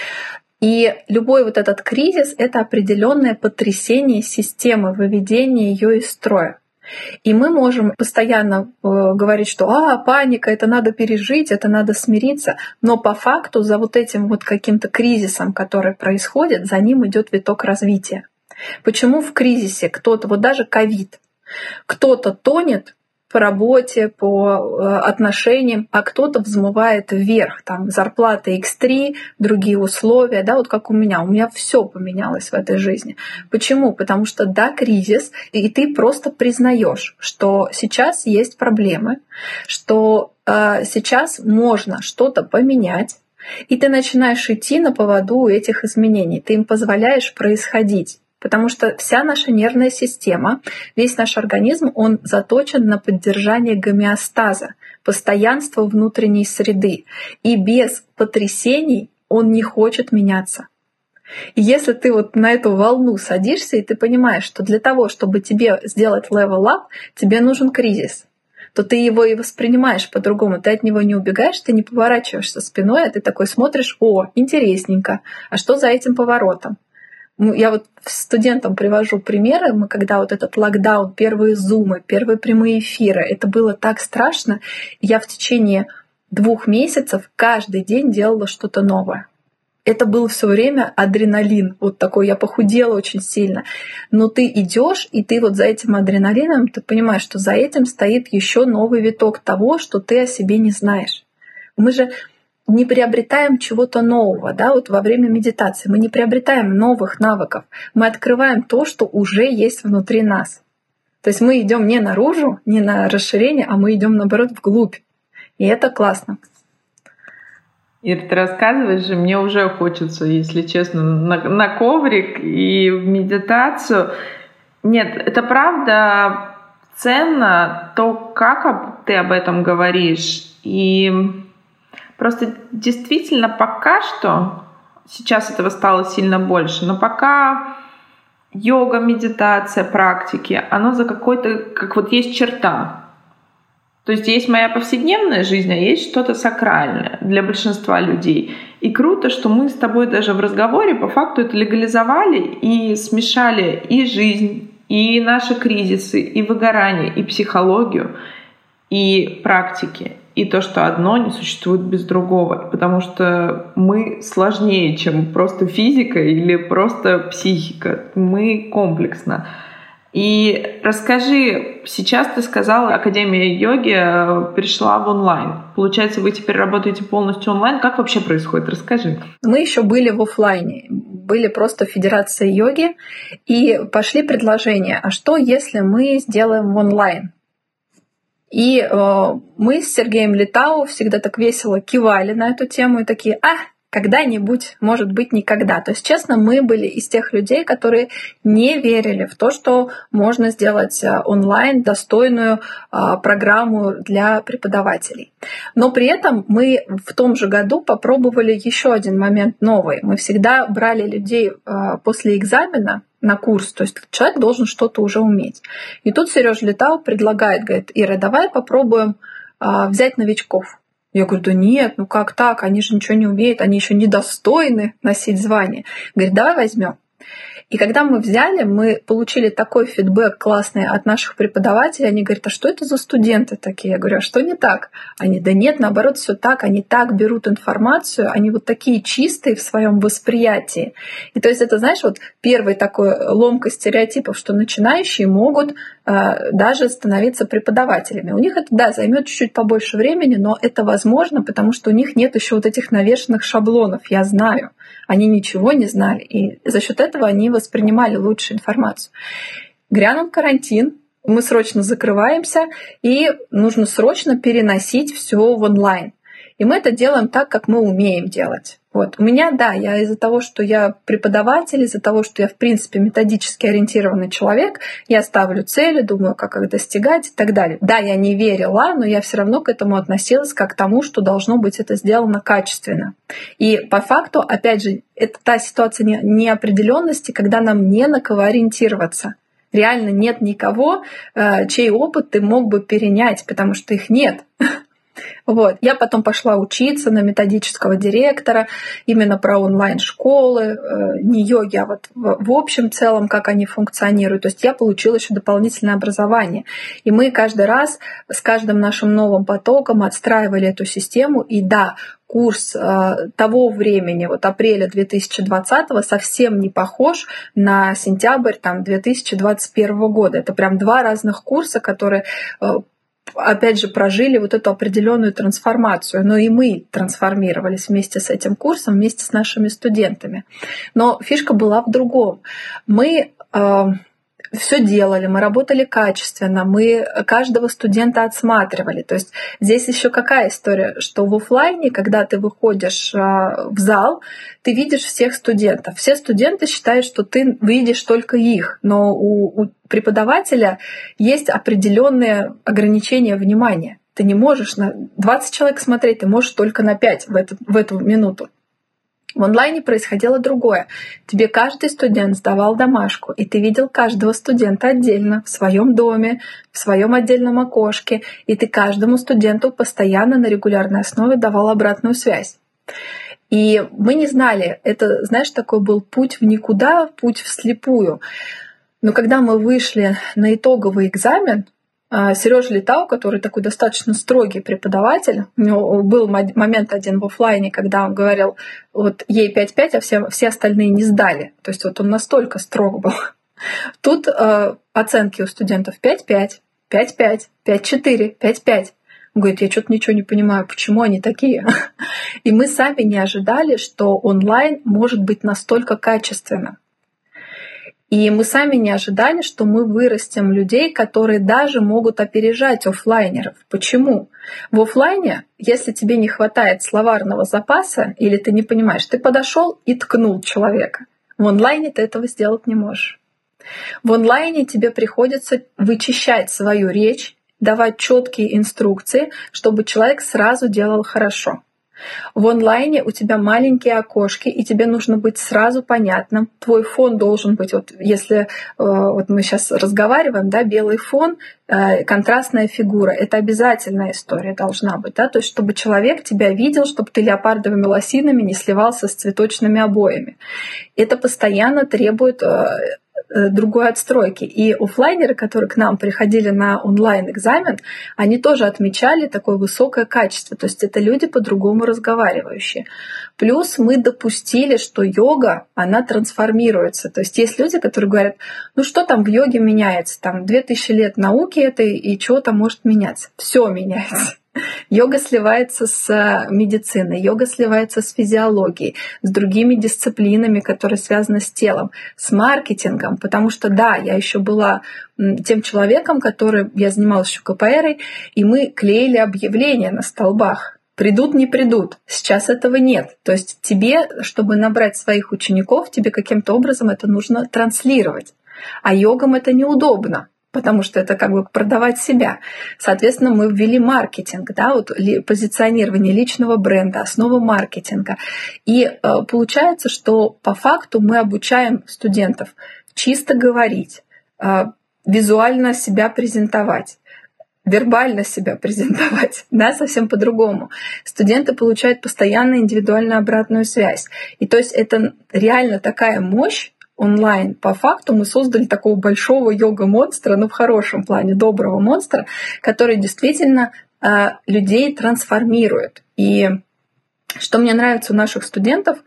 И любой вот этот кризис — это определенное потрясение системы, выведение ее из строя. И мы можем постоянно говорить, что паника, это надо пережить, это надо смириться, но по факту за вот этим вот каким-то кризисом, который происходит, за ним идет виток развития. Почему в кризисе кто-то, вот даже ковид, кто-то тонет по работе, по отношениям, а кто-то взмывает вверх, там зарплата X3, другие условия, да, вот как у меня все поменялось в этой жизни. Почему? Потому что да, кризис, и ты просто признаешь, что сейчас есть проблемы, что сейчас можно что-то поменять, и ты начинаешь идти на поводу у этих изменений, ты им позволяешь происходить. Потому что вся наша нервная система, весь наш организм, он заточен на поддержание гомеостаза, постоянства внутренней среды. И без потрясений он не хочет меняться. И если ты вот на эту волну садишься, и ты понимаешь, что для того, чтобы тебе сделать level up, тебе нужен кризис, то ты его и воспринимаешь по-другому. Ты от него не убегаешь, ты не поворачиваешься спиной, а ты такой смотришь, интересненько, а что за этим поворотом? Я вот студентам привожу примеры. Мы когда вот этот локдаун, первые зумы, первые прямые эфиры, это было так страшно. Я в течение 2 месяцев каждый день делала что-то новое. Это был все время адреналин. Вот такой, я похудела очень сильно. Но ты идешь, и ты вот за этим адреналином, ты понимаешь, что за этим стоит еще новый виток того, что ты о себе не знаешь. Мы же не приобретаем чего-то нового, да, вот во время медитации. Мы не приобретаем новых навыков. Мы открываем то, что уже есть внутри нас. То есть мы идем не наружу, не на расширение, а мы идем наоборот вглубь. И это классно. Ир, ты рассказываешь же, мне уже хочется, если честно, на коврик и в медитацию. Нет, это правда ценно, то, как ты об этом говоришь. И просто действительно пока что, сейчас этого стало сильно больше, но пока йога, медитация, практики, оно за какой-то, как вот есть черта. То есть есть моя повседневная жизнь, а есть что-то сакральное для большинства людей. И круто, что мы с тобой даже в разговоре по факту это легализовали и смешали и жизнь, и наши кризисы, и выгорание, и психологию, и практики. И то, что одно не существует без другого. Потому что мы сложнее, чем просто физика или просто психика. Мы комплексно. И расскажи, сейчас ты сказала, Академия йоги перешла в онлайн. Получается, вы теперь работаете полностью онлайн. Как вообще происходит? Расскажи. Мы еще были в офлайне, были просто в Федерации йоги, и пошли предложения, а что если мы сделаем в онлайн? И мы с Сергеем Литау всегда так весело кивали на эту тему и такие, когда-нибудь, может быть, никогда. То есть, честно, мы были из тех людей, которые не верили в то, что можно сделать онлайн достойную программу для преподавателей. Но при этом мы в том же году попробовали еще один момент новый. Мы всегда брали людей после экзамена на курс, то есть человек должен что-то уже уметь. И тут Сережа Летау предлагает, говорит: Ира, давай попробуем взять новичков. Я говорю: да нет, ну как так, они же ничего не умеют, они еще недостойны носить звание. Говорит: давай возьмем. И когда мы взяли, мы получили такой фидбэк классный от наших преподавателей. Они говорят: а что это за студенты такие? Я говорю: а что не так? Они: да нет, наоборот, все так. Они так берут информацию, они вот такие чистые в своем восприятии. И то есть это, знаешь, вот первый такой ломка стереотипов, что начинающие могут даже становиться преподавателями. У них это, да, займет чуть-чуть побольше времени, но это возможно, потому что у них нет еще вот этих навешенных шаблонов. Я знаю. Они ничего не знали, и за счет этого они воспринимали лучше информацию. Грянул карантин, мы срочно закрываемся, и нужно срочно переносить все в онлайн. И мы это делаем так, как мы умеем делать. Вот. У меня, да, я из-за того, что я преподаватель, из-за того, что я, в принципе, методически ориентированный человек, я ставлю цели, думаю, как их достигать и так далее. Да, я не верила, но я все равно к этому относилась как к тому, что должно быть это сделано качественно. И по факту, опять же, это та ситуация неопределенности, когда нам не на кого ориентироваться. Реально нет никого, чей опыт ты мог бы перенять, потому что их нет. Вот. Я потом пошла учиться на методического директора именно про онлайн-школы, не йоги, а вот в общем целом, как они функционируют. То есть я получила еще дополнительное образование. И мы каждый раз с каждым нашим новым потоком отстраивали эту систему. И да, курс того времени, вот апреля 2020 совсем не похож на сентябрь 2021 года. Это прям два разных курса, которые опять же, прожили вот эту определенную трансформацию. Но и мы трансформировались вместе с этим курсом, вместе с нашими студентами. Но фишка была в другом. Мы все делали, мы работали качественно, мы каждого студента отсматривали. То есть здесь еще какая история, что в офлайне, когда ты выходишь в зал, ты видишь всех студентов. Все студенты считают, что ты видишь только их, но у преподавателя есть определенные ограничения внимания. Ты не можешь на 20 человек смотреть, ты можешь только на 5 в эту минуту. В онлайне происходило другое. Тебе каждый студент сдавал домашку, и ты видел каждого студента отдельно, в своем доме, в своем отдельном окошке, и ты каждому студенту постоянно на регулярной основе давал обратную связь. И мы не знали, это, знаешь, такой был путь в никуда, путь вслепую. Но когда мы вышли на итоговый экзамен, Сережа Летау, который такой достаточно строгий преподаватель, у него был момент один в офлайне, когда он говорил: вот ей 5-5, а все остальные не сдали. То есть вот он настолько строг был. Тут оценки у студентов 5-5, 5-5, 5-4, 5-5. Он говорит: я что-то ничего не понимаю, почему они такие. И мы сами не ожидали, что онлайн может быть настолько качественно. И мы сами не ожидали, что мы вырастим людей, которые даже могут опережать офлайнеров. Почему? В офлайне, если тебе не хватает словарного запаса или ты не понимаешь, ты подошел и ткнул человека. В онлайне ты этого сделать не можешь. В онлайне тебе приходится вычищать свою речь, давать четкие инструкции, чтобы человек сразу делал хорошо. В онлайне у тебя маленькие окошки, и тебе нужно быть сразу понятным. Твой фон должен быть, вот если вот мы сейчас разговариваем, да, белый фон, контрастная фигура. Это обязательная история должна быть, да, то есть чтобы человек тебя видел, чтобы ты леопардовыми лосинами не сливался с цветочными обоями. Это постоянно требует другой отстройки. И офлайнеры, которые к нам приходили на онлайн-экзамен, они тоже отмечали такое высокое качество. То есть это люди по-другому разговаривающие. Плюс мы допустили, что йога, она трансформируется. То есть есть люди, которые говорят: ну что там в йоге меняется? Там 2000 лет науки этой, и чего там может меняться? Все меняется. Йога сливается с медициной, йога сливается с физиологией, с другими дисциплинами, которые связаны с телом, с маркетингом. Потому что, да, я еще была тем человеком, я занималась еще КПРой, и мы клеили объявления на столбах. Придут, не придут. Сейчас этого нет. То есть тебе, чтобы набрать своих учеников, тебе каким-то образом это нужно транслировать. А йогам это неудобно, потому что это как бы продавать себя. Соответственно, мы ввели маркетинг, да, вот позиционирование личного бренда, основа маркетинга. И получается, что по факту мы обучаем студентов чисто говорить, визуально себя презентовать, вербально себя презентовать, да, совсем по-другому. Студенты получают постоянно индивидуальную обратную связь. И то есть это реально такая мощь онлайн. По факту мы создали такого большого йога-монстра, в хорошем плане, доброго монстра, который действительно людей трансформирует. И что мне нравится у наших студентов,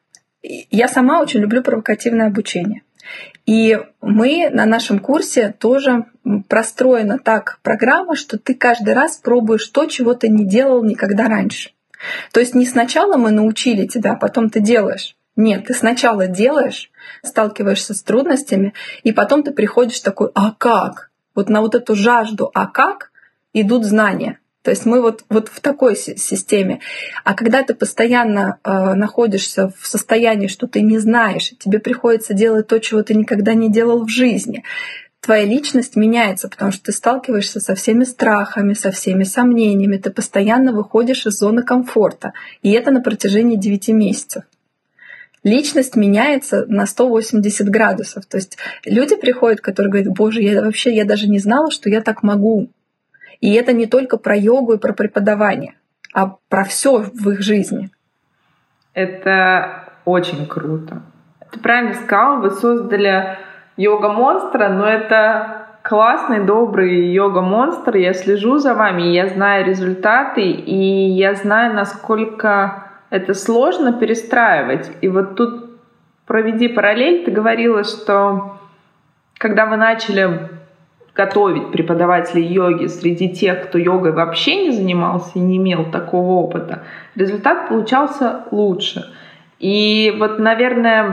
я сама очень люблю провокативное обучение. И мы на нашем курсе тоже простроена так программа, что ты каждый раз пробуешь то, чего ты не делал никогда раньше. То есть не сначала мы научили тебя, а потом ты делаешь. Нет, ты сначала делаешь, сталкиваешься с трудностями, и потом ты приходишь такой: а как? Вот на вот эту жажду «а как?» идут знания. То есть мы вот в такой системе. А когда ты постоянно находишься в состоянии, что ты не знаешь, тебе приходится делать то, чего ты никогда не делал в жизни, твоя личность меняется, потому что ты сталкиваешься со всеми страхами, со всеми сомнениями, ты постоянно выходишь из зоны комфорта. И это на протяжении 9 месяцев. Личность меняется на 180 градусов. То есть люди приходят, которые говорят: «Боже, я даже не знала, что я так могу». И это не только про йогу и про преподавание, а про все в их жизни. Это очень круто. Ты правильно сказал, вы создали йога-монстра, но это классный, добрый йога-монстр. Я слежу за вами, я знаю результаты, и я знаю, насколько это сложно перестраивать. И вот тут проведи параллель. Ты говорила, что когда вы начали готовить преподавателей йоги среди тех, кто йогой вообще не занимался и не имел такого опыта, результат получался лучше. И вот, наверное,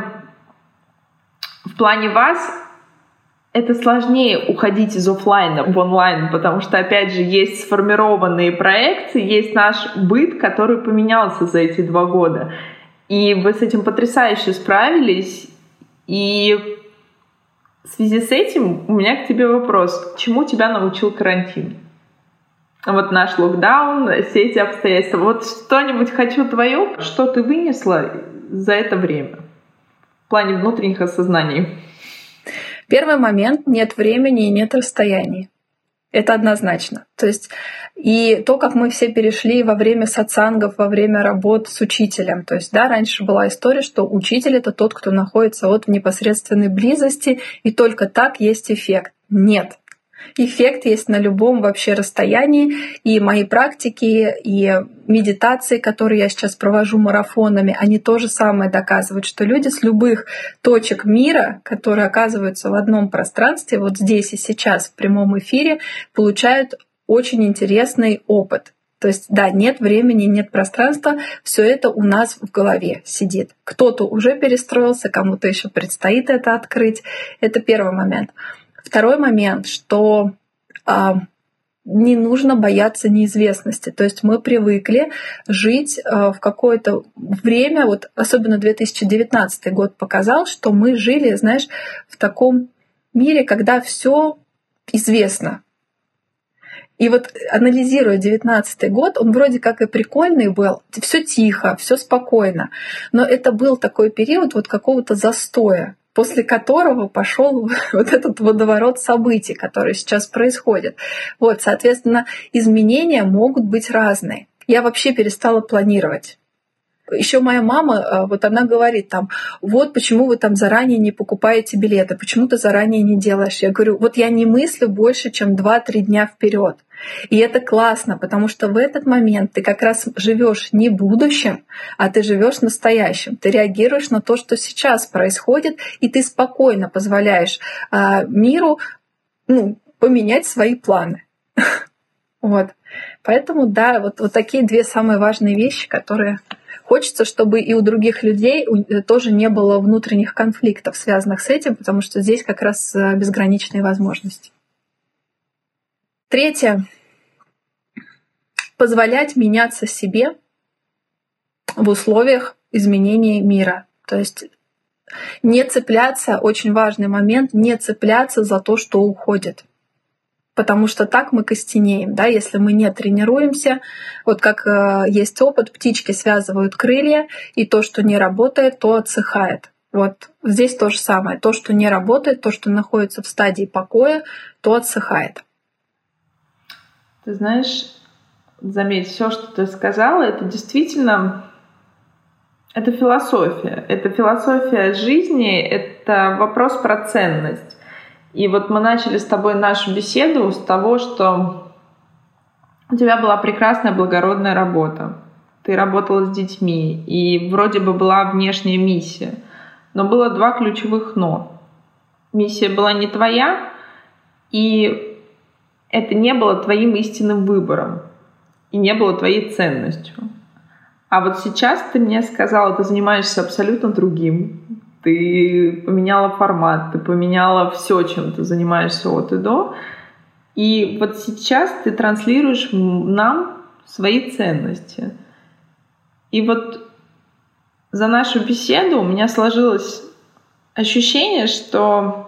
в плане вас это сложнее уходить из офлайна в онлайн, потому что, опять же, есть сформированные проекции, есть наш быт, который поменялся за эти 2 года. И вы с этим потрясающе справились. И в связи с этим у меня к тебе вопрос. Чему тебя научил карантин? Вот наш локдаун, все эти обстоятельства. Вот что-нибудь хочу твое, что ты вынесла за это время в плане внутренних осознаний? Первый момент — нет времени и нет расстояний. Это однозначно. То есть и то, как мы все перешли во время сатсангов, во время работ с учителем. То есть, да, раньше была история, что учитель — это тот, кто находится вот в непосредственной близости, и только так есть эффект. Нет. Эффект есть на любом вообще расстоянии. И мои практики, и медитации, которые я сейчас провожу марафонами, они то же самое доказывают, что люди с любых точек мира, которые оказываются в одном пространстве, вот здесь и сейчас в прямом эфире, получают очень интересный опыт. То есть, да, нет времени, нет пространства, все это у нас в голове сидит. Кто-то уже перестроился, кому-то еще предстоит это открыть. Это первый момент. Второй момент, что не нужно бояться неизвестности. То есть мы привыкли жить в какое-то время, вот особенно 2019 год показал, что мы жили, знаешь, в таком мире, когда все известно. И вот анализируя 19 год, он вроде как и прикольный был, все тихо, все спокойно, но это был такой период вот какого-то застоя, после которого пошел вот этот водоворот событий, который сейчас происходит. Вот, соответственно, изменения могут быть разные. Я вообще перестала планировать. Еще моя мама, вот она говорит там: вот почему вы там заранее не покупаете билеты, почему ты заранее не делаешь. Я говорю: вот я не мыслю больше, чем 2-3 дня вперед. И это классно, потому что в этот момент ты как раз живешь не будущим, а ты живешь настоящим. Ты реагируешь на то, что сейчас происходит, и ты спокойно позволяешь миру поменять свои планы. Вот. Поэтому, да, вот такие 2 самые важные вещи, которые хочется, чтобы и у других людей тоже не было внутренних конфликтов, связанных с этим, потому что здесь как раз безграничные возможности. Третье. позволять меняться себе в условиях изменения мира. То есть не цепляться, очень важный момент, не цепляться за то, что уходит. Потому что так мы костенеем, да, если мы не тренируемся. Вот как есть опыт, птички связывают крылья, и то, что не работает, то отсыхает. Вот здесь то же самое. То, что не работает, то, что находится в стадии покоя, то отсыхает. Ты знаешь, заметь, все, что ты сказала, это действительно... Это философия. Это философия жизни, это вопрос про ценность. И вот мы начали с тобой нашу беседу с того, что у тебя была прекрасная благородная работа. Ты работала с детьми, и вроде бы была внешняя миссия. Но было два ключевых «но». Миссия была не твоя, и это не было твоим истинным выбором, и не было твоей ценностью. А вот сейчас ты мне сказала, ты занимаешься абсолютно другим. Ты поменяла формат, ты поменяла все, чем ты занимаешься от и до. И вот сейчас ты транслируешь нам свои ценности. И вот за нашу беседу у меня сложилось ощущение, что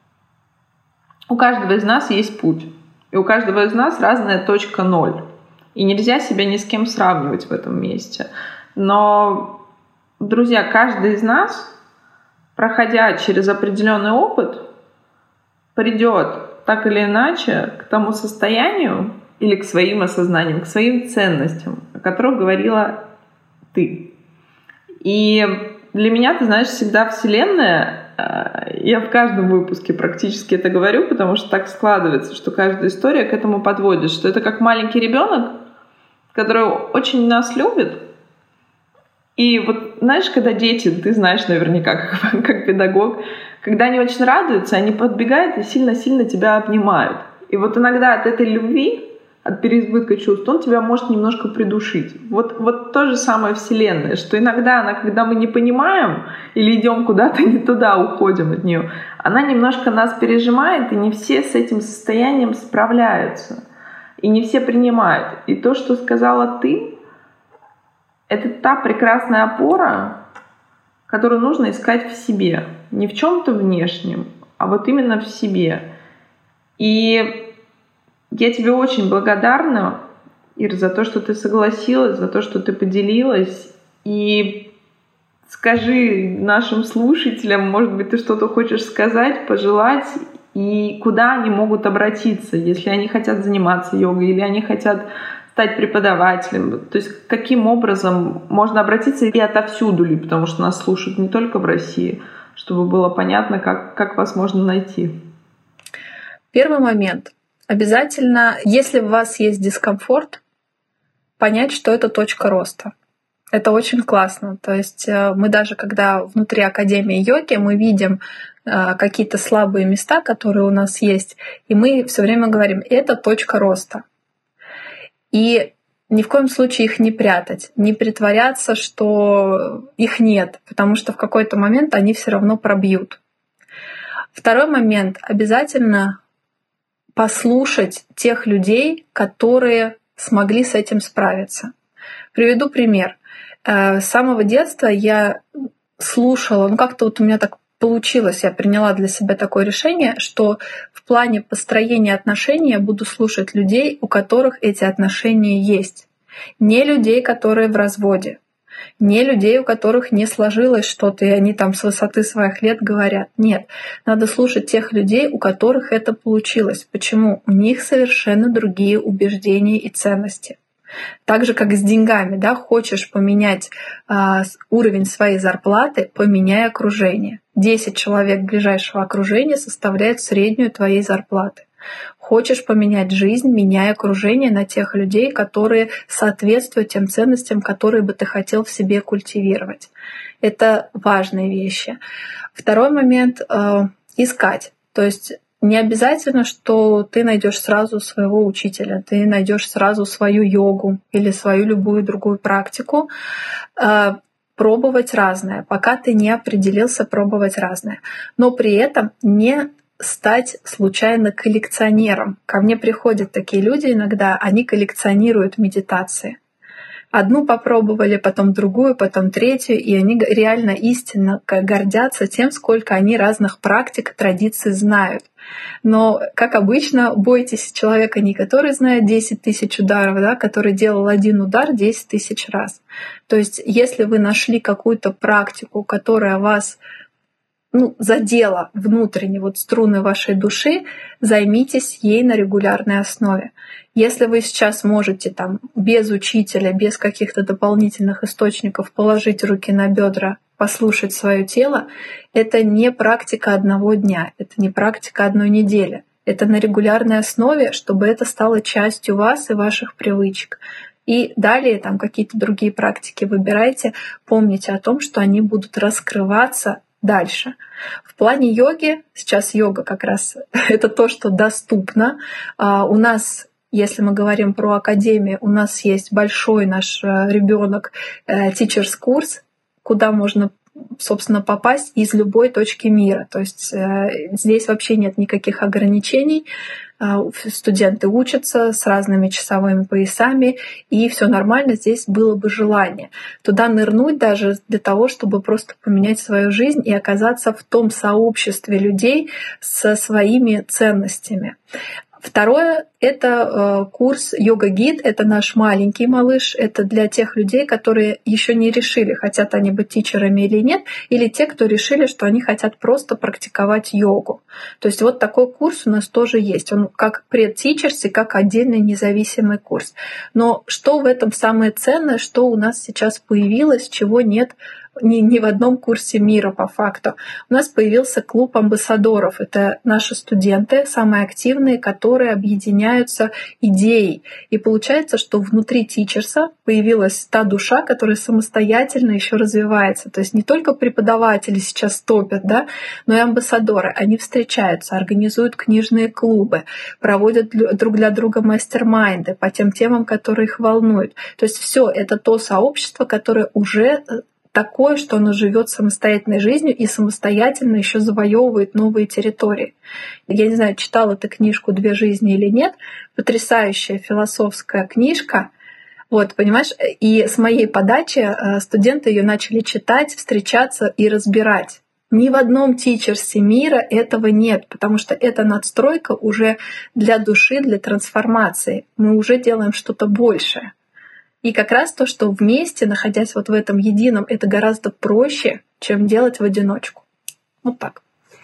у каждого из нас есть путь. И у каждого из нас разная точка ноль. И нельзя себя ни с кем сравнивать в этом месте. Но, друзья, каждый из нас, проходя через определенный опыт, придет так или иначе к тому состоянию или к своим осознаниям, к своим ценностям, о которых говорила ты. И для меня, ты знаешь, всегда Вселенная, я в каждом выпуске практически это говорю, потому что так складывается, что каждая история к этому подводит, что это как маленький ребенок, который очень нас любит. И вот знаешь, когда дети, ты знаешь наверняка, как педагог, когда они очень радуются, они подбегают и сильно-сильно тебя обнимают. И вот иногда от этой любви, от переизбытка чувств, он тебя может немножко придушить. Вот то же самое Вселенная, что иногда она, когда мы не понимаем или идем куда-то не туда, уходим от нее, она немножко нас пережимает, и не все с этим состоянием справляются. И не все принимают. И то, что сказала ты, это та прекрасная опора, которую нужно искать в себе. Не в чем-то внешнем, а вот именно в себе. И я тебе очень благодарна, Ир, за то, что ты согласилась, за то, что ты поделилась. И скажи нашим слушателям, может быть, ты что-то хочешь сказать, пожелать, и куда они могут обратиться, если они хотят заниматься йогой, или они хотят стать преподавателем. То есть каким образом можно обратиться и отовсюду ли, потому что нас слушают не только в России, чтобы было понятно, как вас можно найти. Первый момент. Обязательно, если у вас есть дискомфорт, понять, что это точка роста. Это очень классно. То есть мы даже когда внутри Академии йоги мы видим какие-то слабые места, которые у нас есть, и мы все время говорим, это точка роста. И ни в коем случае их не прятать, не притворяться, что их нет, потому что в какой-то момент они все равно пробьют. Второй момент. Обязательно послушать тех людей, которые смогли с этим справиться. Приведу пример. С самого детства я слушала, как-то вот у меня так получилось, я приняла для себя такое решение, что в плане построения отношений я буду слушать людей, у которых эти отношения есть. Не людей, которые в разводе, не людей, у которых не сложилось что-то, и они там с высоты своих лет говорят. Нет, надо слушать тех людей, у которых это получилось. Почему? У них совершенно другие убеждения и ценности. Так же, как с деньгами, да, хочешь поменять уровень своей зарплаты, поменяй окружение. 10 человек ближайшего окружения составляют среднюю твоей зарплаты. Хочешь поменять жизнь, меняй окружение на тех людей, которые соответствуют тем ценностям, которые бы ты хотел в себе культивировать. Это важные вещи. Второй момент — искать. То есть не обязательно, что ты найдешь сразу своего учителя, ты найдешь сразу свою йогу или свою любую другую практику. Пробовать разное, пока ты не определился, пробовать разное. Но при этом не стать случайно коллекционером. Ко мне приходят такие люди иногда, они коллекционируют медитации. Одну попробовали, потом другую, потом третью, и они реально истинно гордятся тем, сколько они разных практик, традиций знают. Но, как обычно, бойтесь человека не который знает 10 тысяч ударов, да, который делал один удар 10 тысяч раз. То есть, если вы нашли какую-то практику, которая вас задела внутренне струны вашей души, займитесь ей на регулярной основе. Если вы сейчас можете без учителя, без каких-то дополнительных источников положить руки на бедра, послушать свое тело, это не практика одного дня, это не практика одной недели. Это на регулярной основе, чтобы это стало частью вас и ваших привычек. И далее какие-то другие практики выбирайте. Помните о том, что они будут раскрываться дальше. В плане йоги, сейчас йога как раз это то, что доступно. У нас, если мы говорим про академию, у нас есть большой наш ребенок Teachers курс, куда можно, собственно, попасть из любой точки мира. То есть здесь вообще нет никаких ограничений. Студенты учатся с разными часовыми поясами, и все нормально, здесь было бы желание. Туда нырнуть даже для того, чтобы просто поменять свою жизнь и оказаться в том сообществе людей со своими ценностями. Второе — это курс «Йога-гид». Это наш маленький малыш. Это для тех людей, которые еще не решили, хотят они быть тичерами или нет, или те, кто решили, что они хотят просто практиковать йогу. То есть такой курс у нас тоже есть. Он как предтичерс и как отдельный независимый курс. Но что в этом самое ценное, что у нас сейчас появилось, чего нет ни в одном курсе мира по факту. У нас появился клуб амбассадоров. Это наши студенты, самые активные, которые объединяются идеей. И получается, что внутри тичерса появилась та душа, которая самостоятельно еще развивается. То есть не только преподаватели сейчас топят, да, но и амбассадоры. Они встречаются, организуют книжные клубы, проводят друг для друга мастер-майнды по тем темам, которые их волнуют. То есть все это то сообщество, которое уже такое, что оно живет самостоятельной жизнью и самостоятельно еще завоевывает новые территории. Я не знаю, читала ты книжку «Две жизни» или нет. Потрясающая философская книжка. Понимаешь, и с моей подачи студенты ее начали читать, встречаться и разбирать. Ни в одном тичерсе мира этого нет, потому что эта надстройка уже для души, для трансформации. Мы уже делаем что-то большее. И как раз то, что вместе, находясь в этом едином, это гораздо проще, чем делать в одиночку. Так.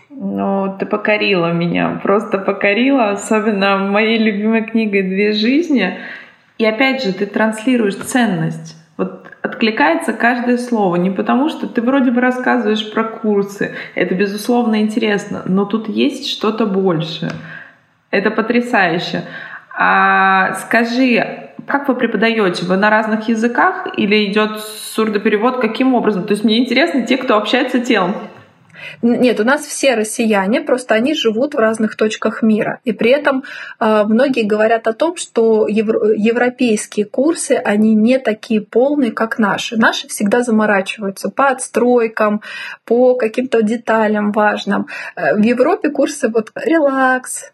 Ты покорила меня, просто покорила, особенно моей любимой книгой «Две жизни». И опять же, ты транслируешь ценность. Откликается каждое слово. Не потому, что ты вроде бы рассказываешь про курсы. Это, безусловно, интересно. Но тут есть что-то большее. Это потрясающе. Скажи, как вы преподаете? Вы на разных языках или идет сурдоперевод? Каким образом? То есть мне интересно те, кто общается телом. Нет, у нас все россияне, просто они живут в разных точках мира. И при этом многие говорят о том, что европейские курсы, они не такие полные, как наши. Наши всегда заморачиваются по отстройкам, по каким-то деталям важным. В Европе курсы релакс,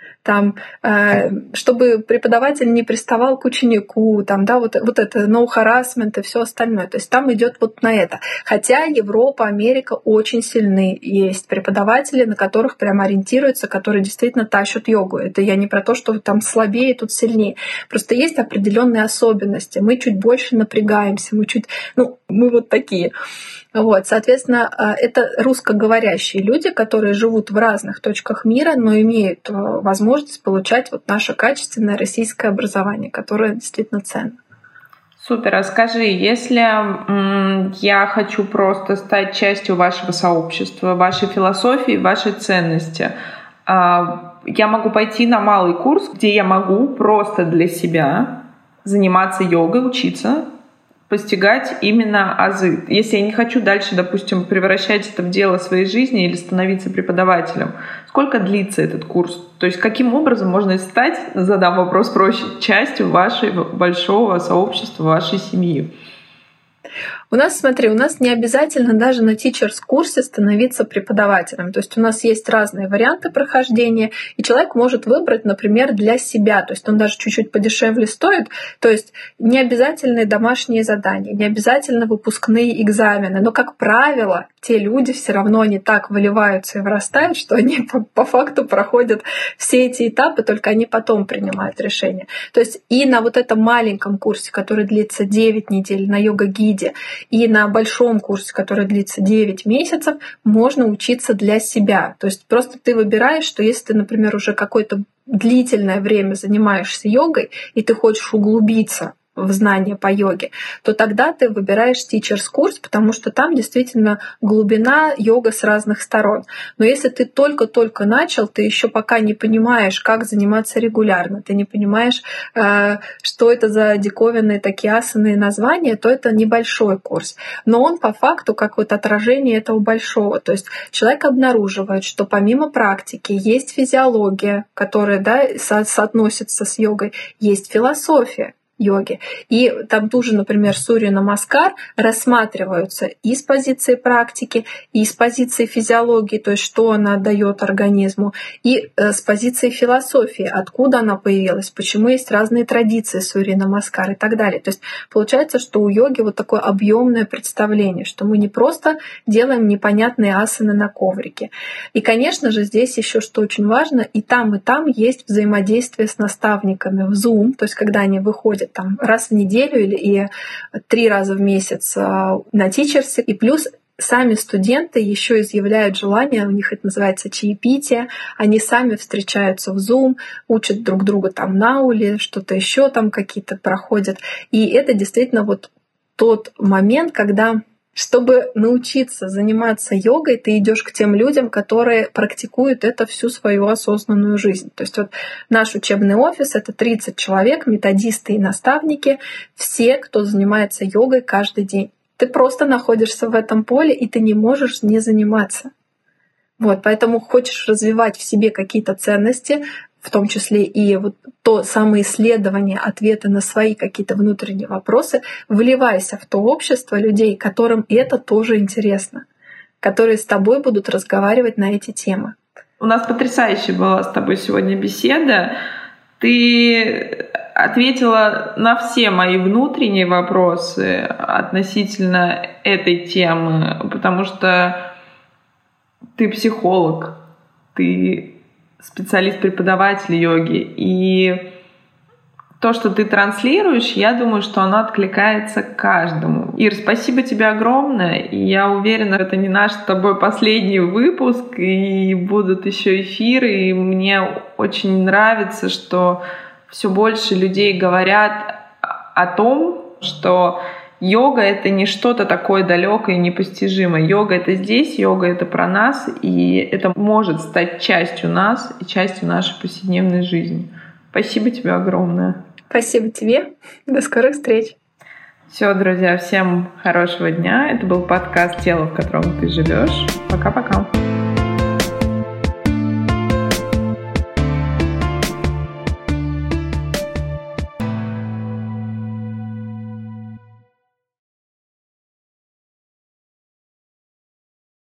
чтобы преподаватель не приставал к ученику, это no harassment и все остальное. То есть там идет на это. Хотя Европа, Америка очень сильны. Есть преподаватели, на которых прямо ориентируются, которые действительно тащат йогу. Это я не про то, что там слабее, тут сильнее. Просто есть определенные особенности. Мы чуть больше напрягаемся, мы такие. Соответственно, это русскоговорящие люди, которые живут в разных точках мира, но имеют возможность получать наше качественное российское образование, которое действительно ценно. Супер. А скажи, если я хочу просто стать частью вашего сообщества, вашей философии, вашей ценности, я могу пойти на малый курс, где я могу просто для себя заниматься йогой, учиться, постигать именно азы. Если я не хочу дальше, допустим, превращать это в дело своей жизни или становиться преподавателем, сколько длится этот курс? То есть каким образом можно стать, задам вопрос проще, частью вашего большого сообщества, вашей семьи? У нас, смотри, у нас не обязательно даже на teachers-курсе становиться преподавателем. То есть у нас есть разные варианты прохождения, и человек может выбрать, например, для себя. То есть он даже чуть-чуть подешевле стоит. То есть не обязательные домашние задания, не обязательно выпускные экзамены. Но, как правило, те люди все равно не так выливаются и вырастают, что они по факту проходят все эти этапы, только они потом принимают решение. То есть и на вот этом маленьком курсе, который длится 9 недель, на йога-гиде, и на большом курсе, который длится 9 месяцев, можно учиться для себя. То есть просто ты выбираешь, что если ты, например, уже какое-то длительное время занимаешься йогой, и ты хочешь углубиться в знания по йоге, то тогда ты выбираешь teachers-курс, потому что там действительно глубина йога с разных сторон. Но если ты только-только начал, ты еще пока не понимаешь, как заниматься регулярно, ты не понимаешь, что это за диковинные такие асаны и названия, то это небольшой курс. Но он по факту как вот отражение этого большого. То есть человек обнаруживает, что помимо практики есть физиология, которая соотносится с йогой, есть философия йоги. И там тоже, например, Сурья Намаскар рассматриваются и с позиции практики, и с позиции физиологии, то есть что она дает организму, и с позиции философии, откуда она появилась, почему есть разные традиции Сурья Намаскар и так далее. То есть получается, что у йоги вот такое объемное представление, что мы не просто делаем непонятные асаны на коврике. И, конечно же, здесь еще что очень важно, и там есть взаимодействие с наставниками в Zoom, то есть когда они выходят там раз в неделю и 3 раза в месяц на тичерсе. И плюс сами студенты еще изъявляют желание, у них это называется чаепитие, они сами встречаются в Zoom, учат друг друга там на уле, что-то еще там какие-то проходят. И это действительно вот тот момент, когда чтобы научиться заниматься йогой, ты идешь к тем людям, которые практикуют это всю свою осознанную жизнь. То есть вот наш учебный офис — это 30 человек, методисты и наставники, все, кто занимается йогой каждый день. Ты просто находишься в этом поле, и ты не можешь не заниматься. Вот, поэтому хочешь развивать в себе какие-то ценности, в том числе и вот то самое исследование, ответы на свои какие-то внутренние вопросы, вливайся в то общество людей, которым это тоже интересно, которые с тобой будут разговаривать на эти темы. У нас потрясающая была с тобой сегодня беседа. Ты ответила на все мои внутренние вопросы относительно этой темы, потому что ты психолог, ты специалист-преподаватель йоги. И то, что ты транслируешь, я думаю, что оно откликается каждому. Ир, спасибо тебе огромное. И я уверена, это не наш с тобой последний выпуск, и будут еще эфиры. И мне очень нравится, что все больше людей говорят о том, что йога — это не что-то такое далекое и непостижимое. Йога — это здесь, йога — это про нас, и это может стать частью нас и частью нашей повседневной жизни. Спасибо тебе огромное. Спасибо тебе. До скорых встреч. Все, друзья, всем хорошего дня. Это был подкаст «Тело, в котором ты живешь». Пока-пока.